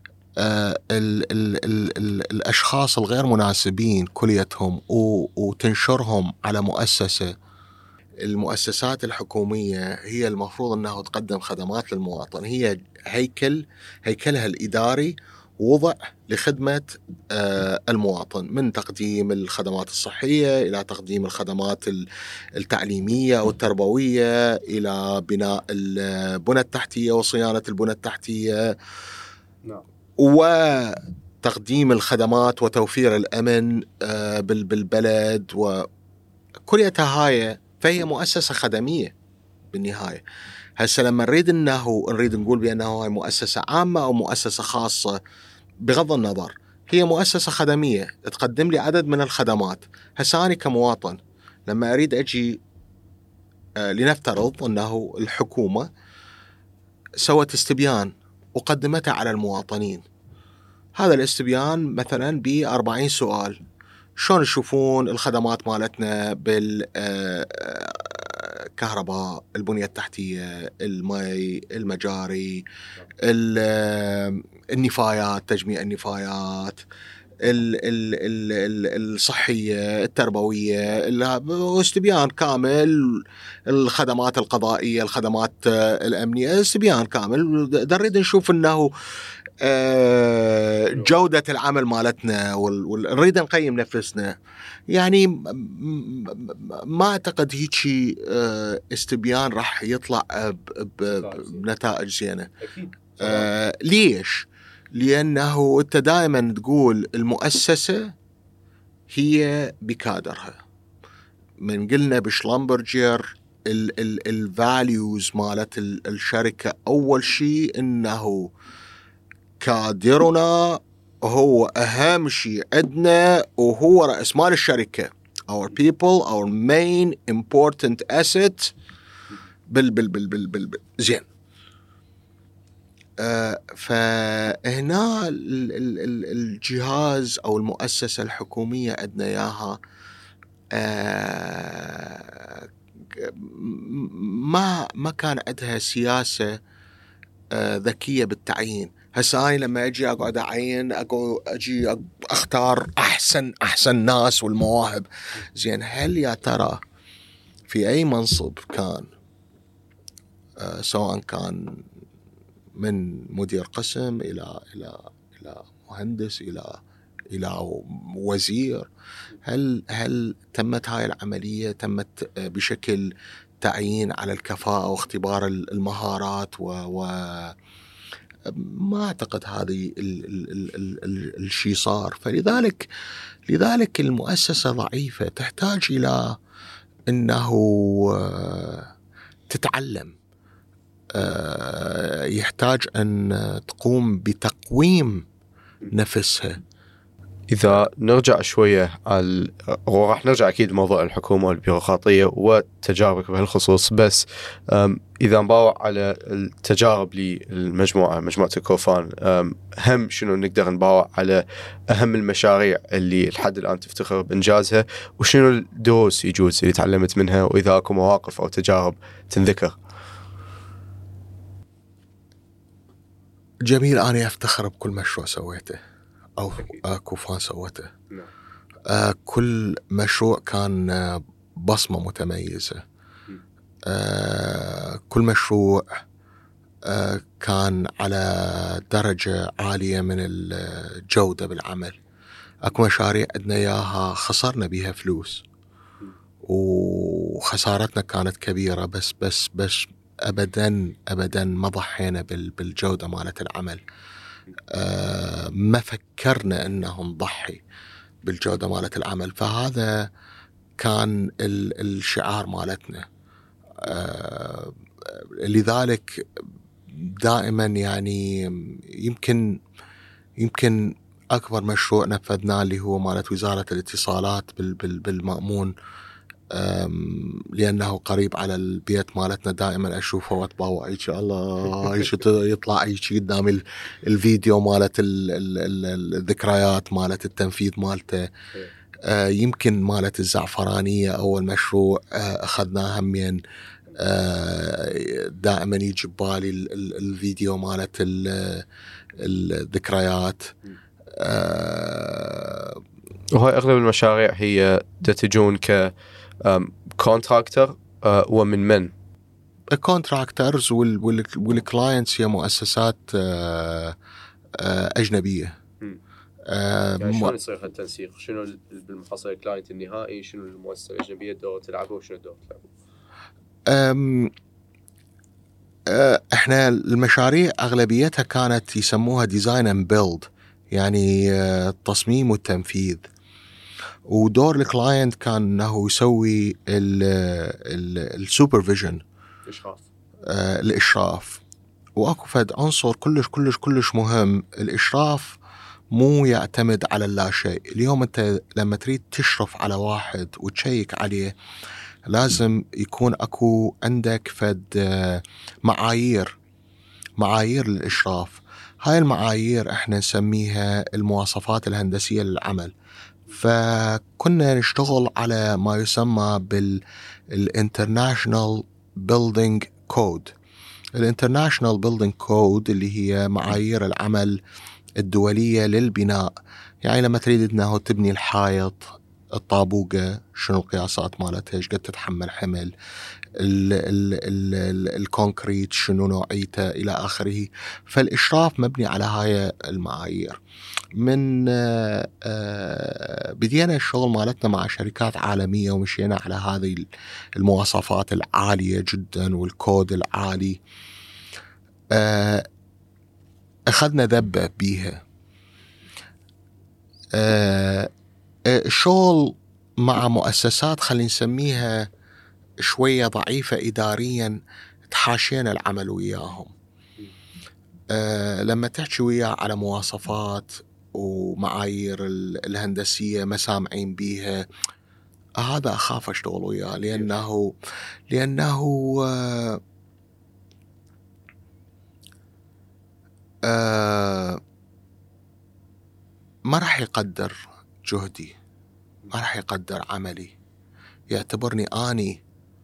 الأشخاص الغير مناسبين كليتهم وتنشرهم على مؤسسة، المؤسسات الحكومية هي المفروض أنها تقدم خدمات للمواطن، هي هيكلها الإداري وضع لخدمة المواطن، من تقديم الخدمات الصحية إلى تقديم الخدمات التعليمية أو التربوية، إلى بناء البنى التحتية وصيانة البنى التحتية، وتقديم الخدمات وتوفير الأمن بالبلد وكليتها هاي. فهي مؤسسة خدمية بالنهاية. هسه لما نريد نقول بأنه هاي مؤسسة عامة أو مؤسسة خاصة، بغض النظر هي مؤسسة خدمية تقدم لي عدد من الخدمات. هسه أنا كمواطن لما أريد أجي، لنفترض أنه الحكومة سوت استبيان وقدمتها على المواطنين، هذا الاستبيان مثلا ب40 سؤال: شلون تشوفون الخدمات مالتنا بالكهرباء، البنية التحتية، المي، المجاري، النفايات، تجميع النفايات، الصحية، التربوية، استبيان كامل، الخدمات القضائية، الخدمات الأمنية، استبيان كامل. نريد نشوف أنه جودة العمل مالتنا ونريد نقيم نفسنا. يعني ما أعتقد هيك استبيان راح يطلع بنتائج زينة. ليش؟ لأنه أنت دائما تقول المؤسسة هي بكادرها. من قلنا بشلمبرجر الفاليوز مالت الشركة، أول شيء أنه كادرنا هو أهم شيء عندنا وهو رأس مال الشركة. our people our main important asset. زين. فهنا الجهاز أو المؤسسة الحكومية عندنا إياها ما كان عندها سياسة ذكية بالتعيين. هسه أنا لما أجي أقعد أعين أجي أختار أحسن ناس والمواهب. زين، هل يا ترى في أي منصب كان، سواء كان من مدير قسم إلى مهندس إلى وزير، هل تمت هاي العملية، تمت بشكل تعيين على الكفاءة واختبار المهارات ما أعتقد هذه الشيء صار. فلذلك المؤسسة ضعيفة، تحتاج إلى أنه تتعلم، يحتاج أن تقوم بتقويم نفسها. إذا نرجع شوية وراح نرجع أكيد لموضوع الحكومة والبيروقراطية وتجاربك بهالخصوص، بس إذا نباوع على التجارب مجموعة الكوفان، هم شنو نقدر نباوع على أهم المشاريع اللي لحد الآن تفتخر بإنجازها، وشنو الدروس يجوز اللي تعلمت منها، وإذا أكو مواقف أو تجارب تنذكر؟ جميل. أنا أفتخر بكل مشروع سويته أو كوفان سوته. كل مشروع كان بصمة متميزة. كل مشروع كان على درجة عالية من الجودة بالعمل. أكو مشاريع عندنا إياها خسرنا بيها فلوس وخسارتنا كانت كبيرة، بس أبدا ما ضحينا بالجودة مالت العمل. ما فكرنا أنه نضحي بالجودة مالت العمل، فهذا كان الشعار مالتنا. لذلك دائما يعني يمكن أكبر مشروع نفذناه اللي هو مالت وزارة الاتصالات بالمأمون، لأنه قريب على البيت مالتنا. دائما أشوفه وأتباوع إن شاء الله يطلع أيش قدامي الفيديو مالت الذكريات مالت التنفيذ مالته. يمكن مالت الزعفرانية أول مشروع أخذناه همين، دائما يجي ببالي الفيديو مالت الذكريات. وهاي أغلب المشاريع هي تتجون كونتراكتر ومن الكونتراكترز والكلاينتس هي مؤسسات أجنبية. يعني شلون يصير هالتنسيق؟ شنو بالمحصلة الكلاينت النهائي؟ شنو المؤسسة الأجنبية دور تلعبه وشنو دور تلعبه؟ احنا المشاريع أغلبيتها كانت يسموها ديزاين اند بيلد، يعني التصميم والتنفيذ. ودور الكلاينت كان انه يسوي السوبرفيجن، الاشراف. واكو فد عنصر كلش مهم. الاشراف مو يعتمد على لا شيء. اليوم انت لما تريد تشرف على واحد وتشيك عليه لازم يكون اكو عندك فد معايير للاشراف. هاي المعايير احنا نسميها المواصفات الهندسية للعمل. فكنا نشتغل على ما يسمى بالانترناشنال بيلدينج كود. الانترناشنال بيلدينج كود اللي هي معايير العمل الدولية للبناء. يعني لما تريد انه تبني الحائط، الطابوقة شنو القياسات مالتها، ايش قد تتحمل حمل، الكونكريت شنو نوعيته إلى آخره. فالإشراف مبني على هاي المعايير. من بدينا الشغل مالتنا مع شركات عالمية ومشينا على هذه المواصفات العالية جدا والكود العالي. أخذنا ذبة بيها. الشغل مع مؤسسات خلينا نسميها شوية ضعيفة إداريا، تحاشينا العمل وياهم. لما تحكي وياه على مواصفات ومعايير الهندسية ما سامعين بيها، هذا أخاف أشتغل وياه. لأنه ما راح يقدر جهدي، ما راح يقدر عملي. يعتبرني آني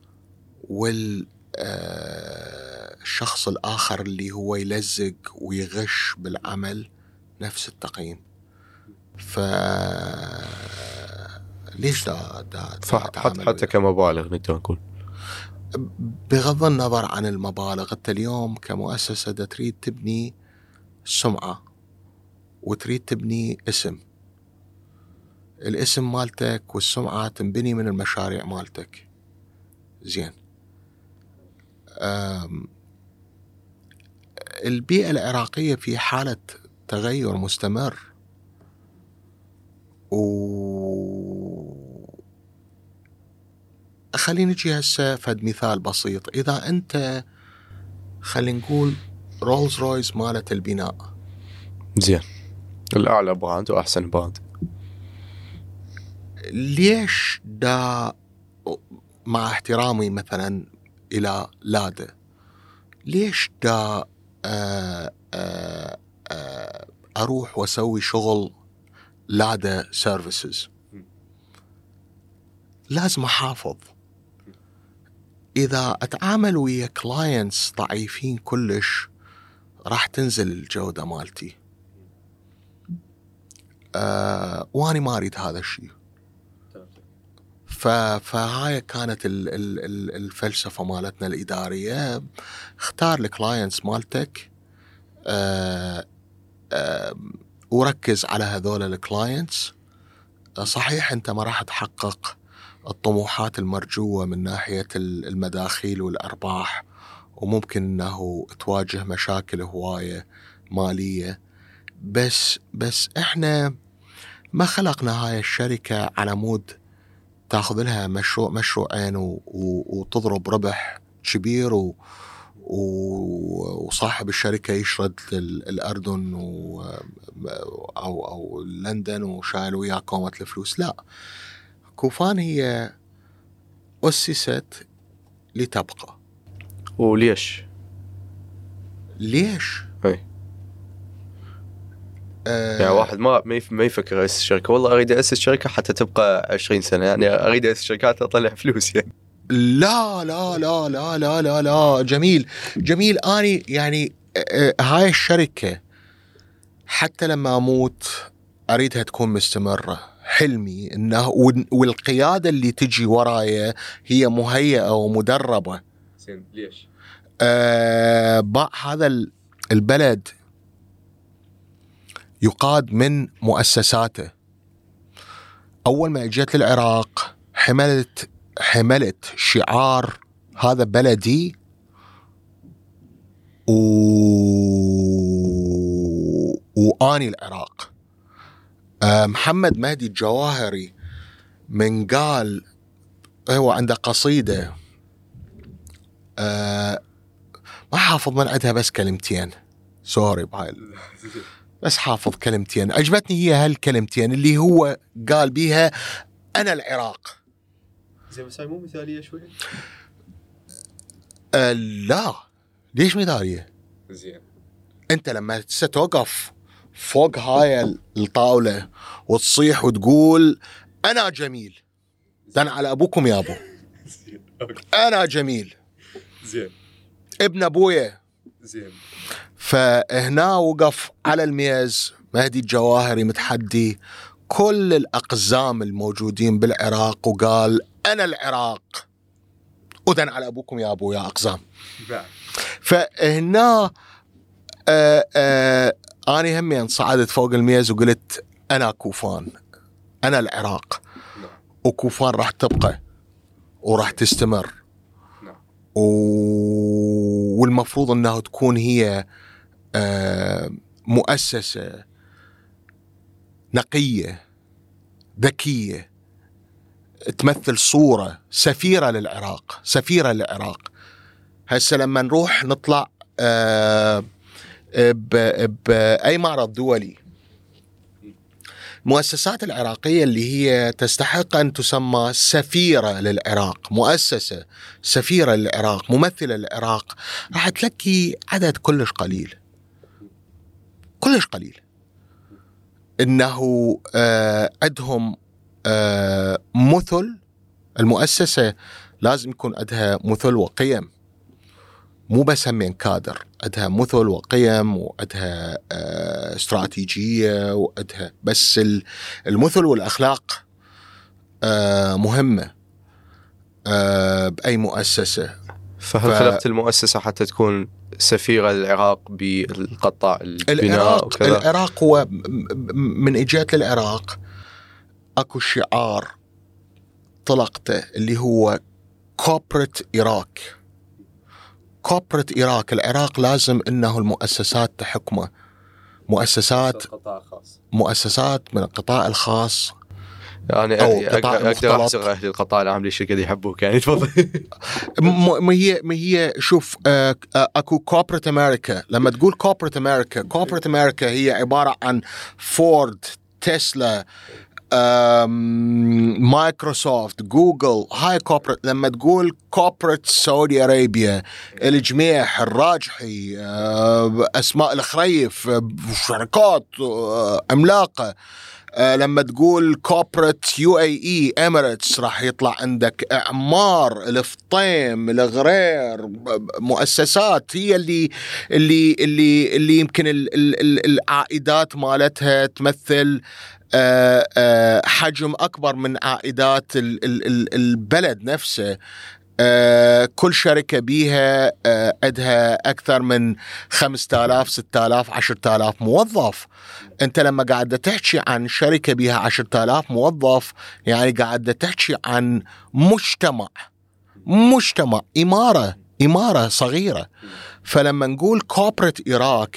والشخص الآخر اللي هو يلزق ويغش بالعمل نفس التقييم. ليش حتى كمبالغ نقدر نقول، بغض النظر عن المبالغ. أنت اليوم كمؤسسة تريد تبني سمعة وتريد تبني اسم. الاسم مالتك والسمعة تنبني من المشاريع مالتك. زين. البيئة العراقية في حالة تغير مستمر، خلينا نجي هسه فد مثال بسيط. إذا أنت خلينا نقول رولز رويس مالت البناء، زين، الأعلى براند وأحسن براند، ليش دا مع احترامي مثلا إلى لادا ليش دا أروح وأسوي شغل لادا سيرفيسز؟ لازم أحافظ. إذا أتعامل ويا كلاينتس ضعيفين كلش راح تنزل الجودة مالتي. وأنا ما أريد هذا الشيء. فهاي كانت الفلسفة مالتنا الإدارية. اختار الكلاينتس مالتك وركز على هذول الكلاينتس. صحيح أنت ما راح تحقق الطموحات المرجوة من ناحية المداخيل والأرباح، وممكن أنه تواجه مشاكل هواية مالية، بس إحنا ما خلقنا هاي الشركة على مود تأخذ لها مشروعين وتضرب ربح كبير وصاحب الشركة يشرد الأردن أو لندن وشايل وياه كومة الفلوس. لا، كوفان هي أسست لتبقى. وليش؟ ليش؟ يعني واحد ما يفكر يأسس شركة، والله أريد أسس شركة حتى تبقى 20 سنة، يعني أريد أسس شركات أطلع فلوس يعني. لا لا لا لا لا لا لا، جميل. أنا يعني هاي الشركة حتى لما أموت أريدها تكون مستمرة. حلمي إنه والقيادة اللي تجي ورايا هي مهيئة ومدربة. زين ليش؟ هذا البلد يقاد من مؤسساته. أول ما جيت للعراق حملت شعار هذا بلدي وآني العراق. محمد مهدي الجواهري من قال، هو عنده قصيدة ما حافظ من عندها بس كلمتين، سوري بهاي، بس حافظ كلمتين عجبتني هي هالكلمتين اللي هو قال بيها أنا العراق. زين بس هاي مو مثالية شوي؟ لا، ليش مثالية؟ زين أنت لما توقف فوق هاي الطاولة وتصيح وتقول أنا جميل، دن على أبوكم يا أبو، أنا جميل، زين ابن أبويا، زين. فهنا وقف على الميز مهدي الجواهري متحدي كل الأقزام الموجودين بالعراق وقال أنا العراق، أذن على أبوكم يا أبو يا أقزام. فهنا أنا همين صعدت فوق الميز وقلت أنا كوفان، أنا العراق، وكوفان راح تبقى وراح تستمر، والمفروض أنها تكون هي مؤسسة نقية ذكية تمثل صورة سفيرة للعراق. هسه لما نروح نطلع بأي معرض دولي، المؤسسات العراقية اللي هي تستحق أن تسمى سفيرة للعراق، مؤسسة سفيرة للعراق، ممثلة للعراق، راح تلاقي عدد كلش قليل إنه عندهم مثل. المؤسسة لازم يكون عندها مثل وقيم، مو بس همين كادر، عندها مثل وقيم وعندها استراتيجية وعندها، بس المثل والأخلاق مهمة بأي مؤسسة. فهل خلقت المؤسسة حتى تكون سفيرة للعراق بالقطاع البناء وكذا؟ العراق هو من إجيت للعراق أكو شعار طلقته اللي هو كوربريت إيراك. العراق لازم إنه المؤسسات تحكمه، مؤسسات من القطاع الخاص. يعني أقدر أحزر أهل القطاع العام ليش قد يحبوك يعني. تفضل. ما هي شوف، أكو كوربريت أمريكا. لما تقول كوربريت أمريكا هي عبارة عن فورد، تسلا، مايكروسوفت، جوجل، هاي كوربريت. لما تقول كوربريت سعودي أرابيا، الجميح، الراجحي، أسماء الخريف، شركات عملاقة. لما تقول كوربريت UAE اميريتس، راح يطلع عندك اعمار، الفطيم، الغرير، مؤسسات هي اللي يمكن العائدات مالتها تمثل حجم أكبر من عائدات البلد نفسه. كل شركة بيها عندها أكثر من 5000 6000 10,000 موظف. أنت لما قاعدة تحكي عن شركة بيها 10,000 موظف، يعني قاعدة تحكي عن مجتمع إمارة صغيرة. فلما نقول كوربريت إيراك،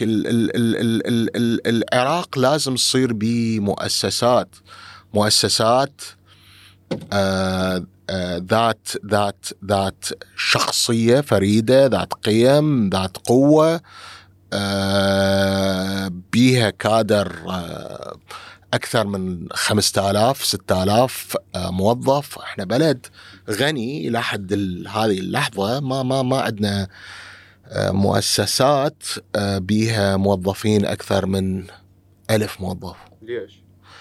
العراق لازم تصير بمؤسسات ذات شخصية فريدة، ذات قيم، ذات قوة، بيها كادر أكثر من 5000 6000 موظف. احنا بلد غني إلى حد هذه اللحظة، ما عندنا مؤسسات بيها موظفين أكثر من 1000 موظف. ليش؟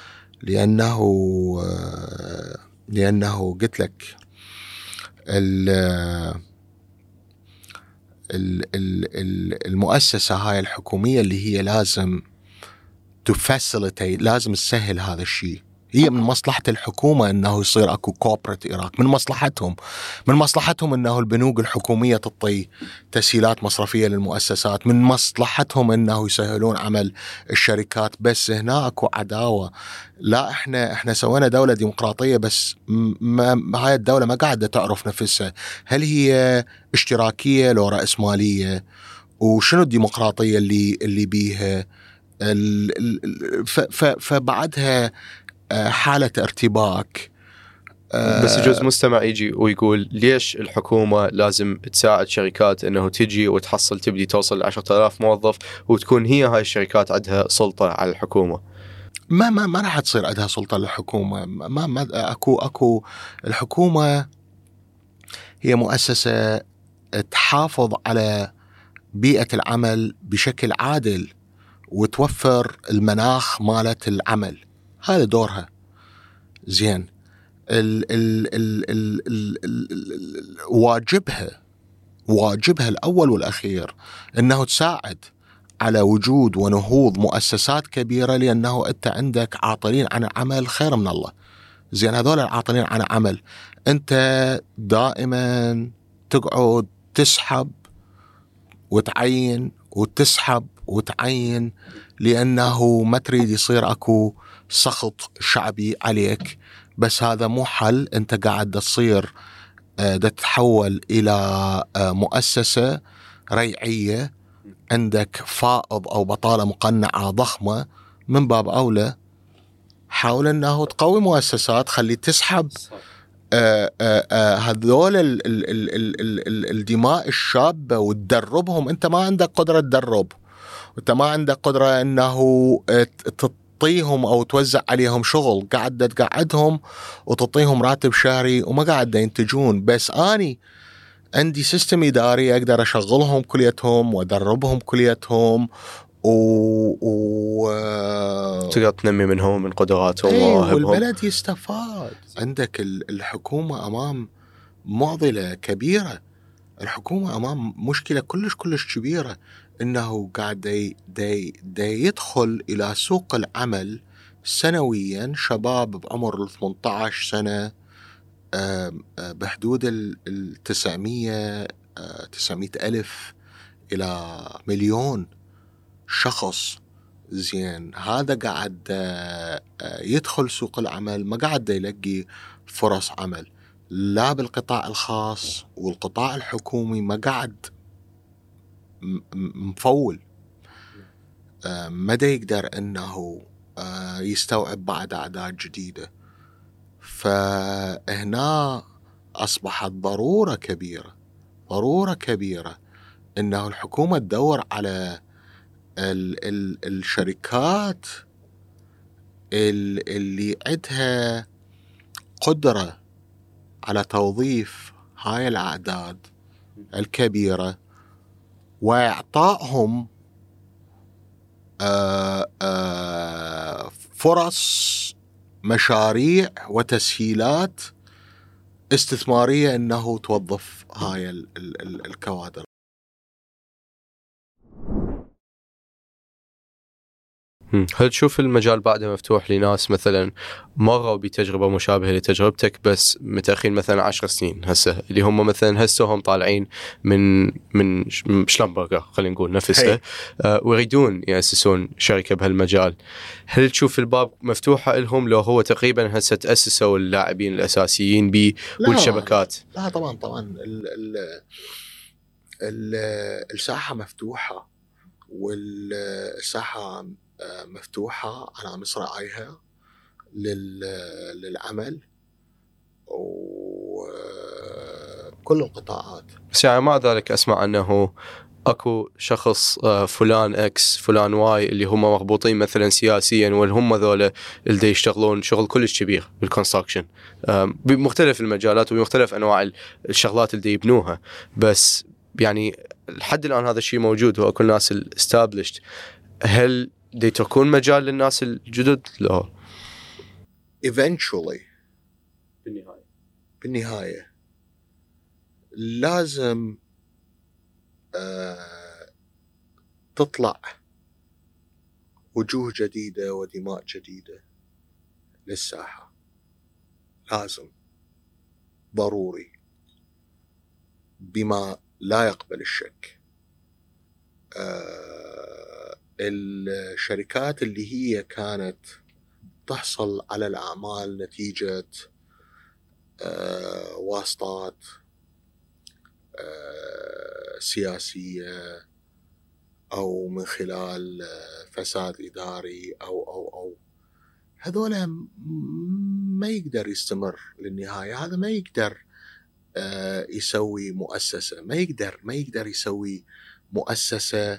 لأنه قلت لك المؤسسة هاي الحكومية اللي هي لازم لازم تسهل هذا الشيء. هي من مصلحة الحكومة أنه يصير أكو كوربريت إيراك، من مصلحتهم أنه البنوك الحكومية تعطي تسهيلات مصرفية للمؤسسات، من مصلحتهم أنه يسهلون عمل الشركات. بس هنا أكو عداوة. لا، إحنا سوينا دولة ديمقراطية، بس هاي الدولة ما قاعدة تعرف نفسها، هل هي اشتراكية لو رأسمالية، وشنو الديمقراطية اللي بيها. فبعدها حالة ارتباك. بس يجوز مستمع يجي ويقول ليش الحكومة لازم تساعد شركات انه تجي وتحصل تبدي توصل ل 10,000 موظف، وتكون هي هاي الشركات عندها سلطة على الحكومة؟ ما راح تصير عندها سلطة للحكومة. ما اكو الحكومة هي مؤسسة تحافظ على بيئة العمل بشكل عادل، وتوفر المناخ مالت العمل. هذا دورها. زين، واجبها الأول والأخير أنه تساعد على وجود ونهوض مؤسسات كبيرة، لأنه أنت عندك عاطلين عن عمل خير من الله. زين، هذول العاطلين عن عمل أنت دائما تقعد تسحب وتعين وتسحب وتعين، لأنه ما تريد يصير أكو سخط شعبي عليك. بس هذا مو حل. أنت قاعد تصير تتحول إلى مؤسسة ريعية، عندك فائض أو بطالة مقنعة ضخمة. من باب أولى حاول أنه تقوي مؤسسات، خلي تسحب هذول الدماء الشابة وتدربهم. أنت ما عندك قدرة تدرب، وأنت ما عندك قدرة أنه تعطيهم أو توزع عليهم شغل. قاعدة تقعدهم وتعطيهم راتب شهري وما قاعدة ينتجون. بس أني عندي سيستم إداري أقدر أشغلهم كليتهم وأدربهم كليتهم تقدر تنمي منهم من قدراتهم ومواهبهم، والبلد يستفاد. عندك الحكومة أمام معضلة كبيرة. الحكومة أمام مشكلة كلش كبيرة، إنه قاعد يدخل إلى سوق العمل سنويا شباب بعمر 18 سنة بحدود 900 ألف إلى مليون شخص. زين، هذا قاعد يدخل سوق العمل، ما قاعد يلاقي فرص عمل، لا بالقطاع الخاص والقطاع الحكومي ما قاعد مفول. ما دا يقدر انه يستوعب بعد اعداد جديدة. فهنا اصبحت ضرورة كبيرة انه الحكومة تدور على الشركات اللي عندها قدرة على توظيف هاي الأعداد الكبيرة وإعطائهم فرص مشاريع وتسهيلات استثمارية أنه توظف هاي الكوادر. هل تشوف المجال بعده مفتوح لناس مثلا مروا بتجربة مشابهة لتجربتك بس متأخرين مثلا 10 سنين هسه، اللي هم مثلا هسه هم طالعين من شلمبرجر خلينا نقول نفسه ويريدون يأسسون شركة بهالمجال؟ هل تشوف الباب مفتوحة لهم لو هو تقريبا هسه تأسسوا اللاعبين الأساسيين بيه والشبكات؟ لا طبعا الساحة مفتوحة، والساحة مفتوحة على مصراعيها للعمل وكل القطاعات. بس يعني مع ذلك أسمع أنه أكو شخص فلان إكس فلان واي اللي هم مربوطين مثلا سياسيا، والهم ذولا اللي يشتغلون شغل كلش كبير بالكونستراكشن بمختلف المجالات وبمختلف أنواع الشغلات اللي يبنوها، بس يعني لحد الآن هذا الشيء موجود وأكو الناس الاستابلشت. هل دي تكون مجال للناس الجدد؟ لا eventually بالنهاية لازم تطلع وجوه جديدة ودماء جديدة للساحة، لازم ضروري بما لا يقبل الشك. الشركات اللي هي كانت تحصل على الأعمال نتيجة واسطات سياسية أو من خلال فساد إداري أو هذولا ما يقدر يستمر للنهاية. هذا ما يقدر يسوي مؤسسة، ما يقدر يسوي مؤسسة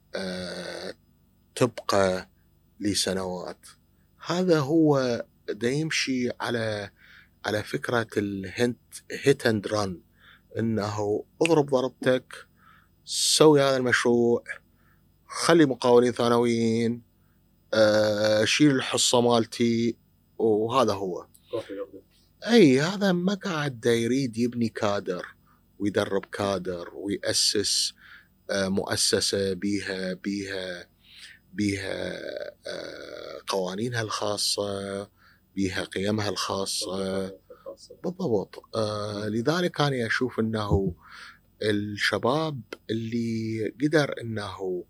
تبقى لسنوات. هذا هو دا يمشي على فكرة الهيت اند ران، انه اضرب ضربتك، سوي هذا المشروع، خلي مقاولين ثانويين، شيل الحصة مالتي، وهذا هو. اي هذا ما قاعد يريد يبني كادر ويدرب كادر ويأسس مؤسسة بيها قوانينها الخاصة، بيها قيمها الخاصة بالضبط. لذلك أنا أشوف أنه الشباب اللي قدر أنه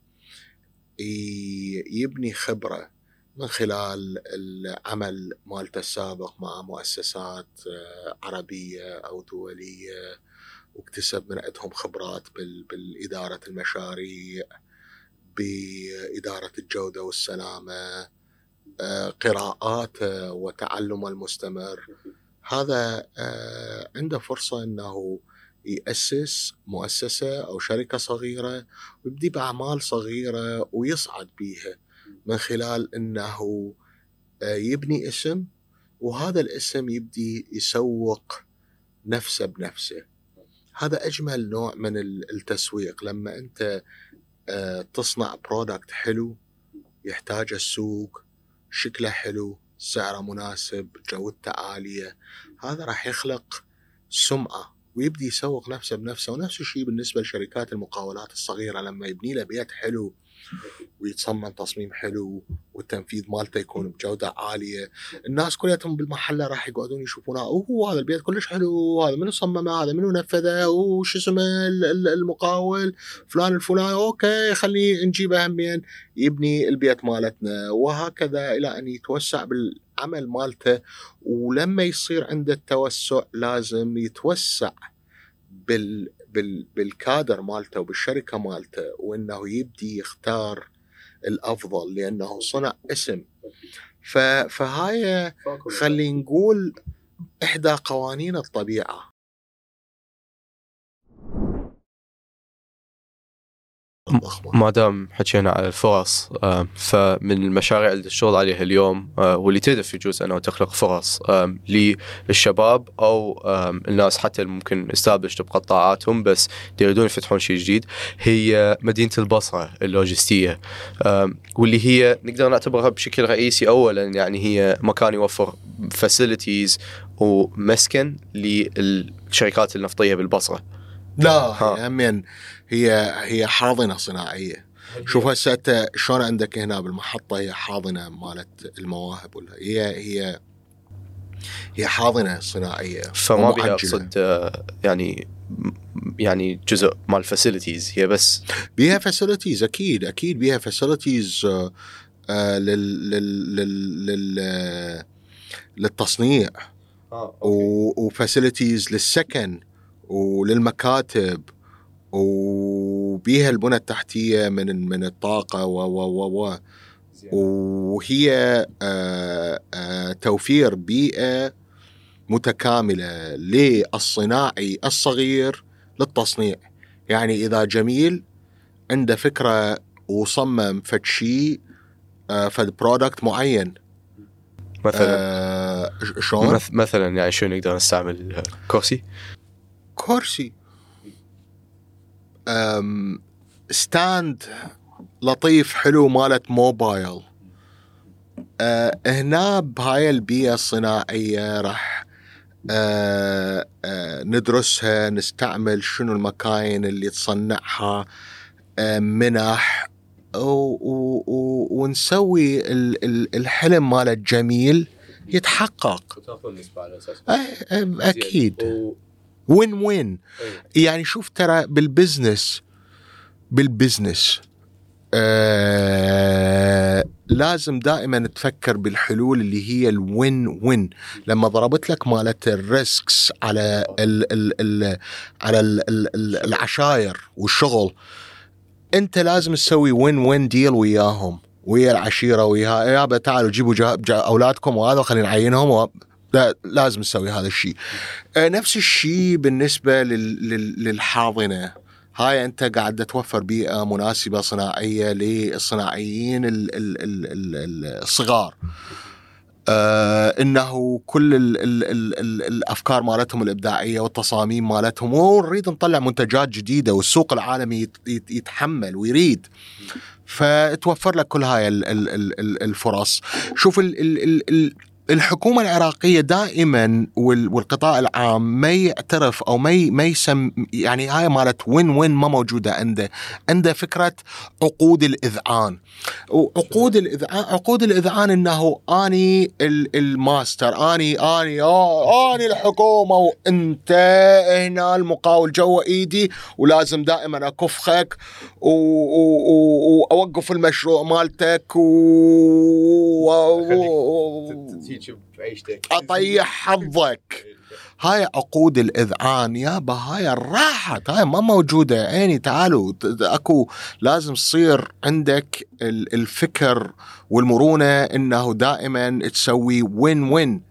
يبني خبرة من خلال العمل مالته السابق مع مؤسسات عربية أو دولية، واكتسب من عندهم خبرات بالإدارة المشاريع، بإدارة الجودة والسلامة، قراءات وتعلم المستمر، هذا عنده فرصة أنه يأسس مؤسسة أو شركة صغيرة ويبدي بأعمال صغيرة ويصعد بيها من خلال أنه يبني اسم، وهذا الاسم يبدي يسوق نفسه بنفسه. هذا أجمل نوع من التسويق، لما أنت تصنع برودكت حلو يحتاج السوق، شكله حلو، سعره مناسب، جودته عالية، هذا راح يخلق سمعة ويبدي يسوق نفسه بنفسه. ونفس الشيء بالنسبة لشركات المقاولات الصغيرة، لما يبني له بيت حلو ويتصمم تصميم حلو والتنفيذ مالته يكون بجودة عالية، الناس كلهم بالمحلة راح يقعدون يشوفونه، اوه هذا البيت كلش حلو، هذا منو صممه، هذا منو نفذه، وش اسمه المقاول فلان الفلاني، اوكي خليه نجيبه همين يبني البيت مالتنا، وهكذا الى ان يتوسع بالعمل مالته. ولما يصير عنده التوسع لازم يتوسع بالكادر مالته وبالشركة مالته، وانه يبدي يختار الافضل لانه صنع اسم. فهاي خلينا نقول احدى قوانين الطبيعة. ضخمة. ما دام حكينا على الفرص، فمن المشاريع اللي الشغل عليها اليوم واللي تهدف يجوز أنه تخلق فرص للشباب أو الناس حتى اللي ممكن استابلشوا بقطاعاتهم بس يريدون يفتحون شيء جديد، هي مدينة البصرة اللوجستية، واللي هي نقدر نعتبرها بشكل رئيسي أولا يعني هي مكان يوفر فاسيلتيز ومسكن للشركات النفطية بالبصرة. لا همين هي حاضنة صناعية. شوف هسه انت شلون عندك هنا بالمحطة هي حاضنة مالت المواهب، ولا هي حاضنة صناعية. فما بيها أقصد يعني جزء مال فاسيلتيز، هي بس بيها فاسيلتيز أكيد بيها فاسيلتيز للتصنيع وفاسيلتيز للسكن وللمكاتب، وبيها البنى التحتية من الطاقة وهي توفير بيئة متكاملة للصناعي الصغير للتصنيع. يعني إذا جميل عنده فكرة وصمم فد شيء فد برودكت معين مثلا شلون مثلا يعني شو نقدر نستعمل كرسي ستاند لطيف حلو مالت موبايل. هنا بهاي البيئة الصناعية راح ندرسها، نستعمل شنو المكاين اللي تصنعها، منح، ونسوي الحلم مال الجميل يتحقق. أكيد وين يعني شوف ترى بالبزنس لازم دائما تفكر بالحلول اللي هي الوين. لما ضربت لك مالت الريسكس على العشائر والشغل، انت لازم تسوي وين ديل وياهم، ويا العشيرة، وياها يابا تعالوا جيبوا أولادكم وهذا خلينا نعينهم لازم تسوي هذا الشيء. نفس الشيء بالنسبة للحاضنة. هاي أنت قاعد توفر بيئة مناسبة صناعية للصناعيين الصغار، إنه كل الأفكار مالتهم الإبداعية والتصاميم مالتهم، ونريد نطلع منتجات جديدة والسوق العالمي يتحمل ويريد، فتوفر لك كل هاي الفرص. شوف الحكومة العراقية دائما والقطاع العام ما يعترف أو ما يسم، يعني هاي مالت وين ما موجودة عنده فكرة عقود الإذعان. عقود الإذعان إنه أني الماستر، أني الحكومة، وأنت هنا المقاول جوا إيدي، ولازم دائما أكفخك وأوقف المشروع مالتك أطيح حظك. هاي عقود الإذعان يابا، هاي الراحت، هاي ما موجودة. عيني تعالوا أكو لازم تصير عندك الفكر والمرونة إنه دائما تسوي وين.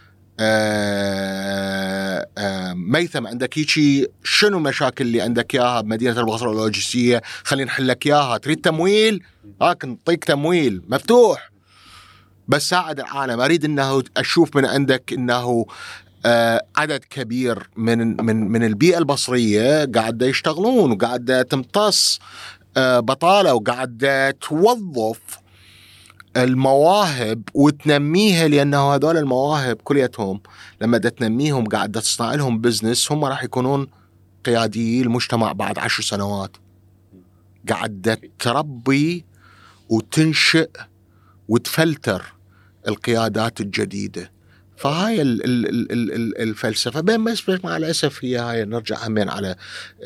ميثم عندك هيجي شنو المشاكل اللي عندك ياها بمدينة البصرة اللوجستية، خلينا نحلك ياها. تريد تمويل؟ نعطيك تمويل مفتوح، بس ساعد العالم. أريد إنه أشوف من عندك إنه عدد كبير من البيئة البصرية قاعدة يشتغلون وقاعدة تمتص بطالة وقاعدة توظف المواهب وتنميها، لأنه هذول المواهب كليتهم لما تنميهم قاعدة تصنع لهم بزنس، هم راح يكونون قياديي المجتمع بعد 10 سنوات. قاعدة تربي وتنشئ وتفلتر القيادات الجديدة. فهاي الفلسفة بس مع الأسف هي هاي. نرجع همين على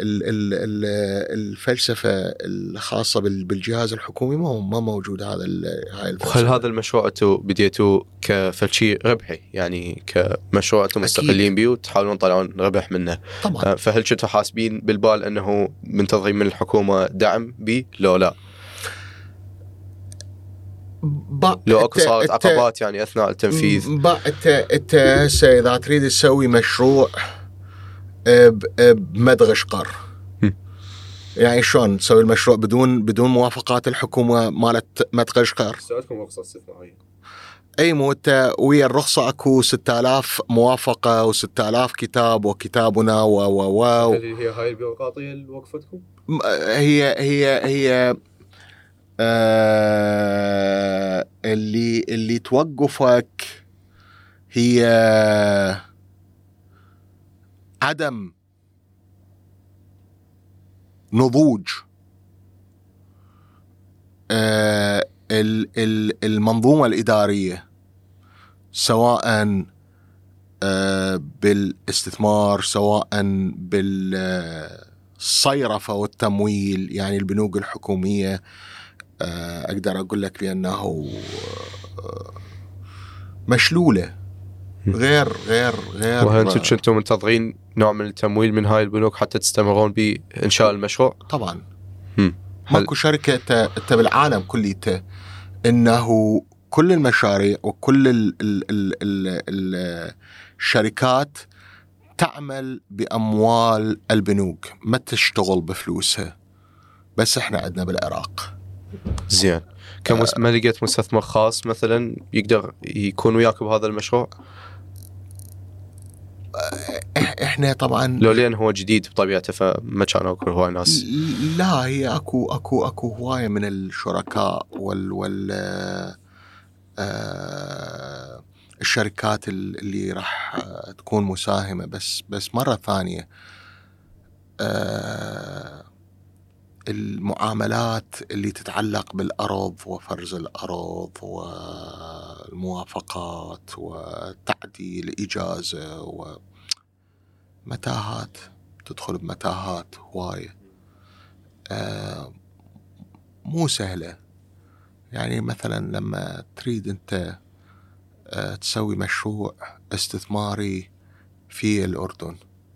الفلسفة الخاصة بالجهاز الحكومي ما موجود هاي الفلسفة. وهل هذا المشروع أنتوا بديتوا كفشي ربحي، يعني كمشروع أنتوا مستقلين بيه وتحاولون تطلعون ربح منه طبعا؟ فهل كنتوا حاسبين بالبال أنه منتظرين من الحكومة دعم بيه لو لا؟ لو اكو صارت عقبات يعني اثناء التنفيذ؟ انت هسه اذا تريد تسوي مشروع بمدغشقر، يعني شلون نسوي المشروع بدون موافقات الحكومة مالت متقشقر؟ سألتكم رخصة استثمارية. اي مو انت ويا الرخصة اكو 6000 موافقة و6000 كتاب وكتابنا هل هي هاي البيروقراطية اللي وقفتكم؟ هي اللي توقفك هي عدم نضوج المنظومة الإدارية، سواء بالاستثمار سواء بالصيرفة والتمويل. يعني البنوك الحكومية أقدر أقول لك بأنه مشلولة غير. وهل أنتم كنتم منتظرين نوع من التمويل من هاي البنوك حتى تستمرون بإنشاء المشروع؟ طباً. ماكو شركة بالعالم كليته إنه كل المشاريع وكل الشركات تعمل بأموال البنوك، ما تشتغل بفلوسها. بس إحنا عندنا بالعراق زين ما لقيت مستثمر خاص مثلا يقدر يكون وياك بهذا المشروع؟ إحنا طبعا لو لأن هو جديد بطبيعته فما كانوا أكو هواي ناس. لا، هي أكو هواية من الشركاء الشركات اللي راح تكون مساهمة. بس مرة ثانية المعاملات اللي تتعلق بالأرض وفرز الأرض والموافقات وتعديل إجازة ومتاهات، تدخل بمتاهات هواية مو سهلة. يعني مثلا لما تريد أنت تسوي مشروع استثماري في الأردن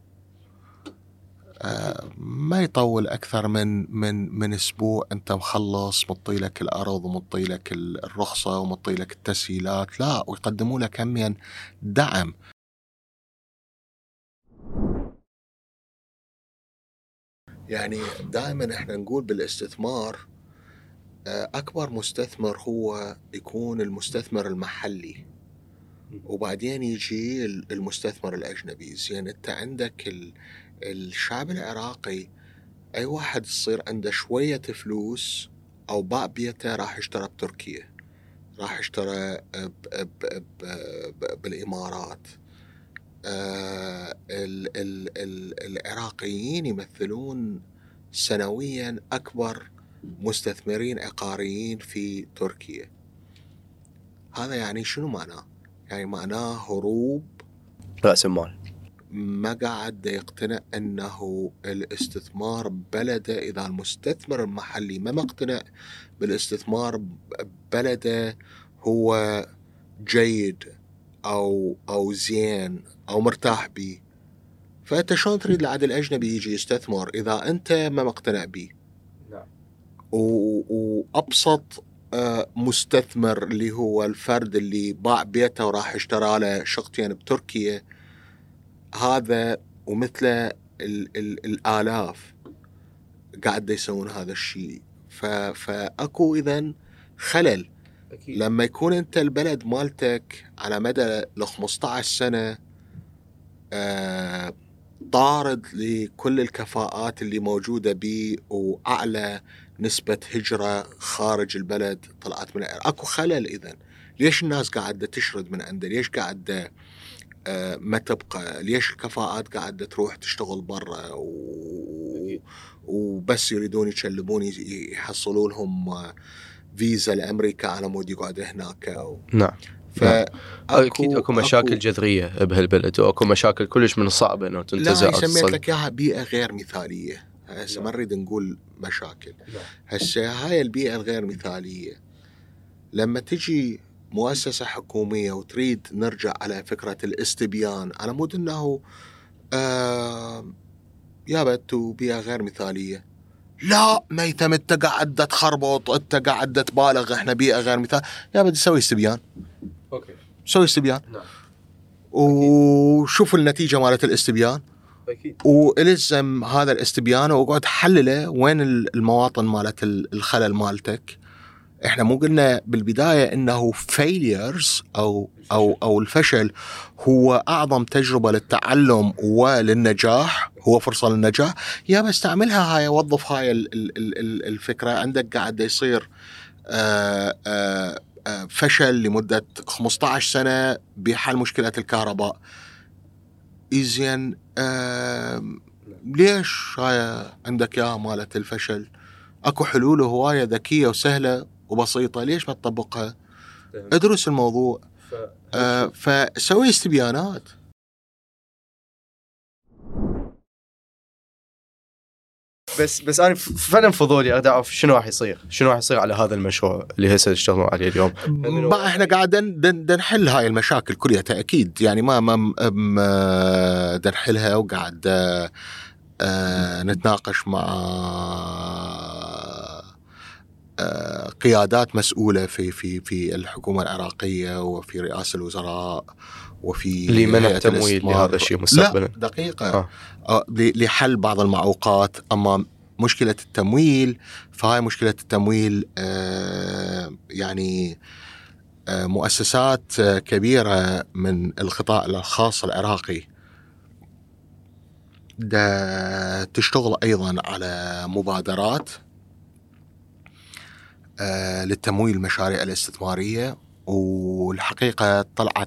ما يطول أكثر من أسبوع، أنت مخلص، مطيلك الأرض ومطيلك الرخصة ومطيلك التسهيلات. لا، ويقدموا لك همين دعم. يعني دائما احنا نقول بالاستثمار أكبر مستثمر هو يكون المستثمر المحلي، وبعدين يجي المستثمر الأجنبي. زين أنت عندك الشعب العراقي، أي واحد يصير عنده شوية فلوس أو باع بيته راح يشترى بتركيا، راح يشترى بالإمارات. العراقيين يمثلون سنويا أكبر مستثمرين عقاريين في تركيا. هذا يعني شنو معناه؟ يعني معناه هروب رأس المال. ما قاعد يقتنع أنه الاستثمار بلده، إذا المستثمر المحلي ما مقتنع بالاستثمار بلده هو جيد أو زين أو مرتاح به، فأنت شلون تريد العدل الأجنبي يجي يستثمر إذا أنت ما مقتنع به؟ وأبسط مستثمر اللي هو الفرد اللي باع بيته وراح اشترى له شقتين بتركيا، هذا ومثله الآلاف قاعد يسوون هذا الشيء. فأكو إذن خلل أكيد. لما يكون أنت البلد مالتك على مدى 15 سنة طارد لكل الكفاءات اللي موجودة بيه، وأعلى نسبة هجرة خارج البلد طلعت من أكو خلل. إذن ليش الناس قاعدة تشرد من عنده؟ ليش قاعدة ما تبقى؟ ليش الكفاءات قاعدة تروح تشتغل برا وبس يريدون يشلبون يحصلوا لهم فيزا لأمريكا على مود يقعد هناك نعم. أكيد أكو مشاكل جذرية بهالبلد، وأكو مشاكل كلش من الصعب أنه تنتزع. لا، سميت لك إياها بيئة غير مثالية. هسه ما نريد نقول مشاكل. هسه هاي البيئة الغير مثالية لما تجي مؤسسة حكومية وتريد نرجع على فكرة الاستبيان على مود أنه يابت بيئة غير مثالية. لا ميثم، انت قاعد تخربط، انت قاعد تبالغ، احنا بيئة غير مثالية. يابت سوي استبيان. اوكي، سوي استبيان. نعم. وشوف النتيجة مالت الاستبيان اكيد. والزم هذا الاستبيان واقعد حلله وين المواطن مالت الخلل مالتك. احنا مو قلنا بالبدايه انه failures او الفشل هو اعظم تجربه للتعلم وللنجاح، هو فرصه للنجاح. يا بستعملها هاي، وظف هاي الفكره عندك. قاعد يصير فشل لمده 15 سنه بحل مشكله الكهرباء. إذن ليش هاي عندك يا مالت الفشل؟ اكو حلول هوايه ذكيه وسهله وبسيطه، ليش ما تطبقها؟ ادرس الموضوع، فسوي استبيانات. بس انا فعلا فضولي اريد اعرف شنو راح يصير على هذا المشروع اللي هسه تشتغلون عليه اليوم. ما احنا قاعدين نحل هاي المشاكل كلها اكيد، يعني ما نحلها، وقاعد نتناقش مع قيادات مسؤولة في الحكومة العراقية وفي رئاسة الوزراء وفي لمنع تمويل لهذا الشيء مستقبلا. لا دقيقة لحل بعض المعوقات. أما مشكلة التمويل فهاي مشكلة التمويل يعني مؤسسات كبيرة من القطاع الخاص العراقي دا تشتغل أيضا على مبادرات للتمويل المشاريع الاستثمارية، والحقيقة طلعت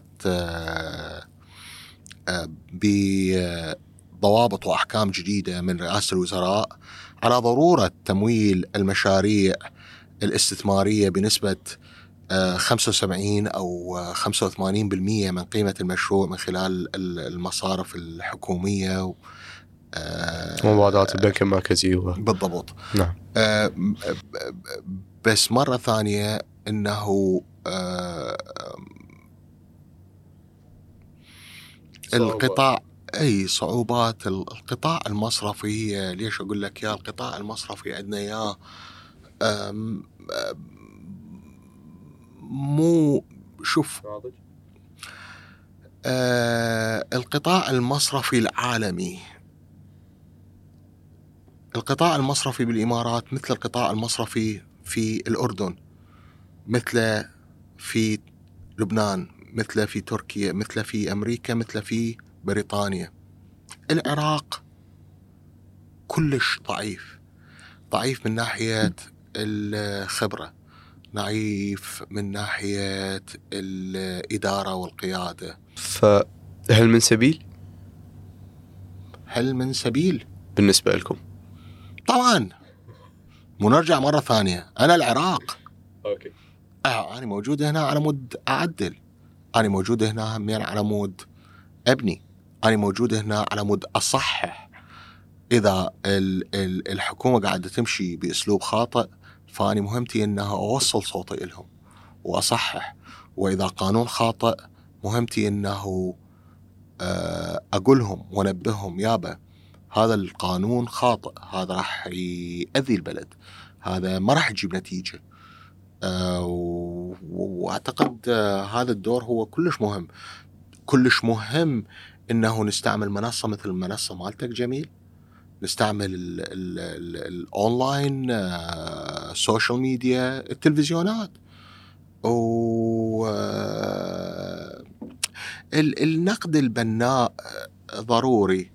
بضوابط وأحكام جديدة من رئاسة الوزراء على ضرورة تمويل المشاريع الاستثمارية بنسبة 75 أو 85% من قيمة المشروع من خلال المصارف الحكومية مبادرات البنك المركزي بالضبط. نعم. بس مرة ثانية إنه القطاع أي صعوبات القطاع المصرفي. ليش أقول لك يا القطاع المصرفي عندنا يا مو شوف القطاع المصرفي العالمي، القطاع المصرفي بالإمارات مثل القطاع المصرفي في الأردن، مثل في لبنان، مثل في تركيا، مثل في أمريكا، مثل في بريطانيا. العراق كلش ضعيف من ناحية الخبرة، ضعيف من ناحية الإدارة والقيادة. فهل من سبيل بالنسبة لكم؟ طبعا ونرجع مرة ثانية، أنا العراق أوكي. أنا موجود هنا على مود أعدل، أنا موجود هنا همين على مود أبني، أنا موجود هنا على مود أصحح. إذا الحكومة قاعدة تمشي بأسلوب خاطئ فأنا مهمتي أنها أوصل صوتي لهم وأصحح، وإذا قانون خاطئ مهمتي أنه أقولهم ونبههم يابا هذا القانون خاطئ، هذا راح يأذي البلد، هذا ما راح يجيب نتيجة. وأعتقد هذا الدور هو كلش مهم إنه نستعمل منصة مثل المنصة مالتك جميل، نستعمل الأونلاين السوشيال ميديا، التلفزيونات، النقد البناء ضروري،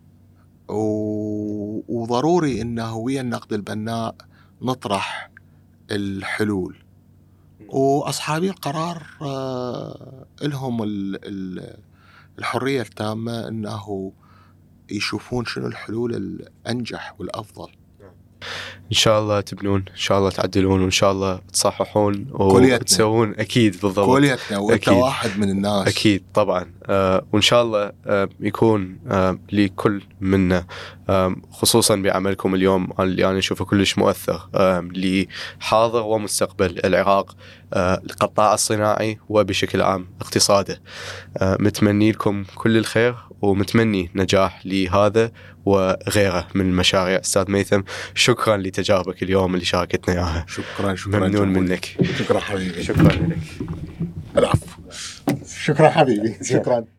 وضروري إنه ويا النقد البناء نطرح الحلول، وأصحابي القرار لهم الحرية التامة إنه يشوفون شنو الحلول الأنجح والأفضل. إن شاء الله تبنون، إن شاء الله تعدلون، وإن شاء الله تصححون وتسوون. أكيد بالضبط، كليتنا وأنت واحد من الناس. أكيد طبعا. وإن شاء الله يكون لكل منا خصوصا بعملكم اليوم اللي أنا أشوفه كلش مؤثر لحاضر ومستقبل العراق، القطاع الصناعي وبشكل عام اقتصاده. متمني لكم كل الخير ومتمني نجاح لهذا وغيره من المشاريع. أستاذ ميثم، شكرا لتجاربك اليوم اللي شاركتنا إياها. شكرا ممنون منك. شكرا حبيبي. شكرا لك. العفو. شكرا حبيبي. شكرا.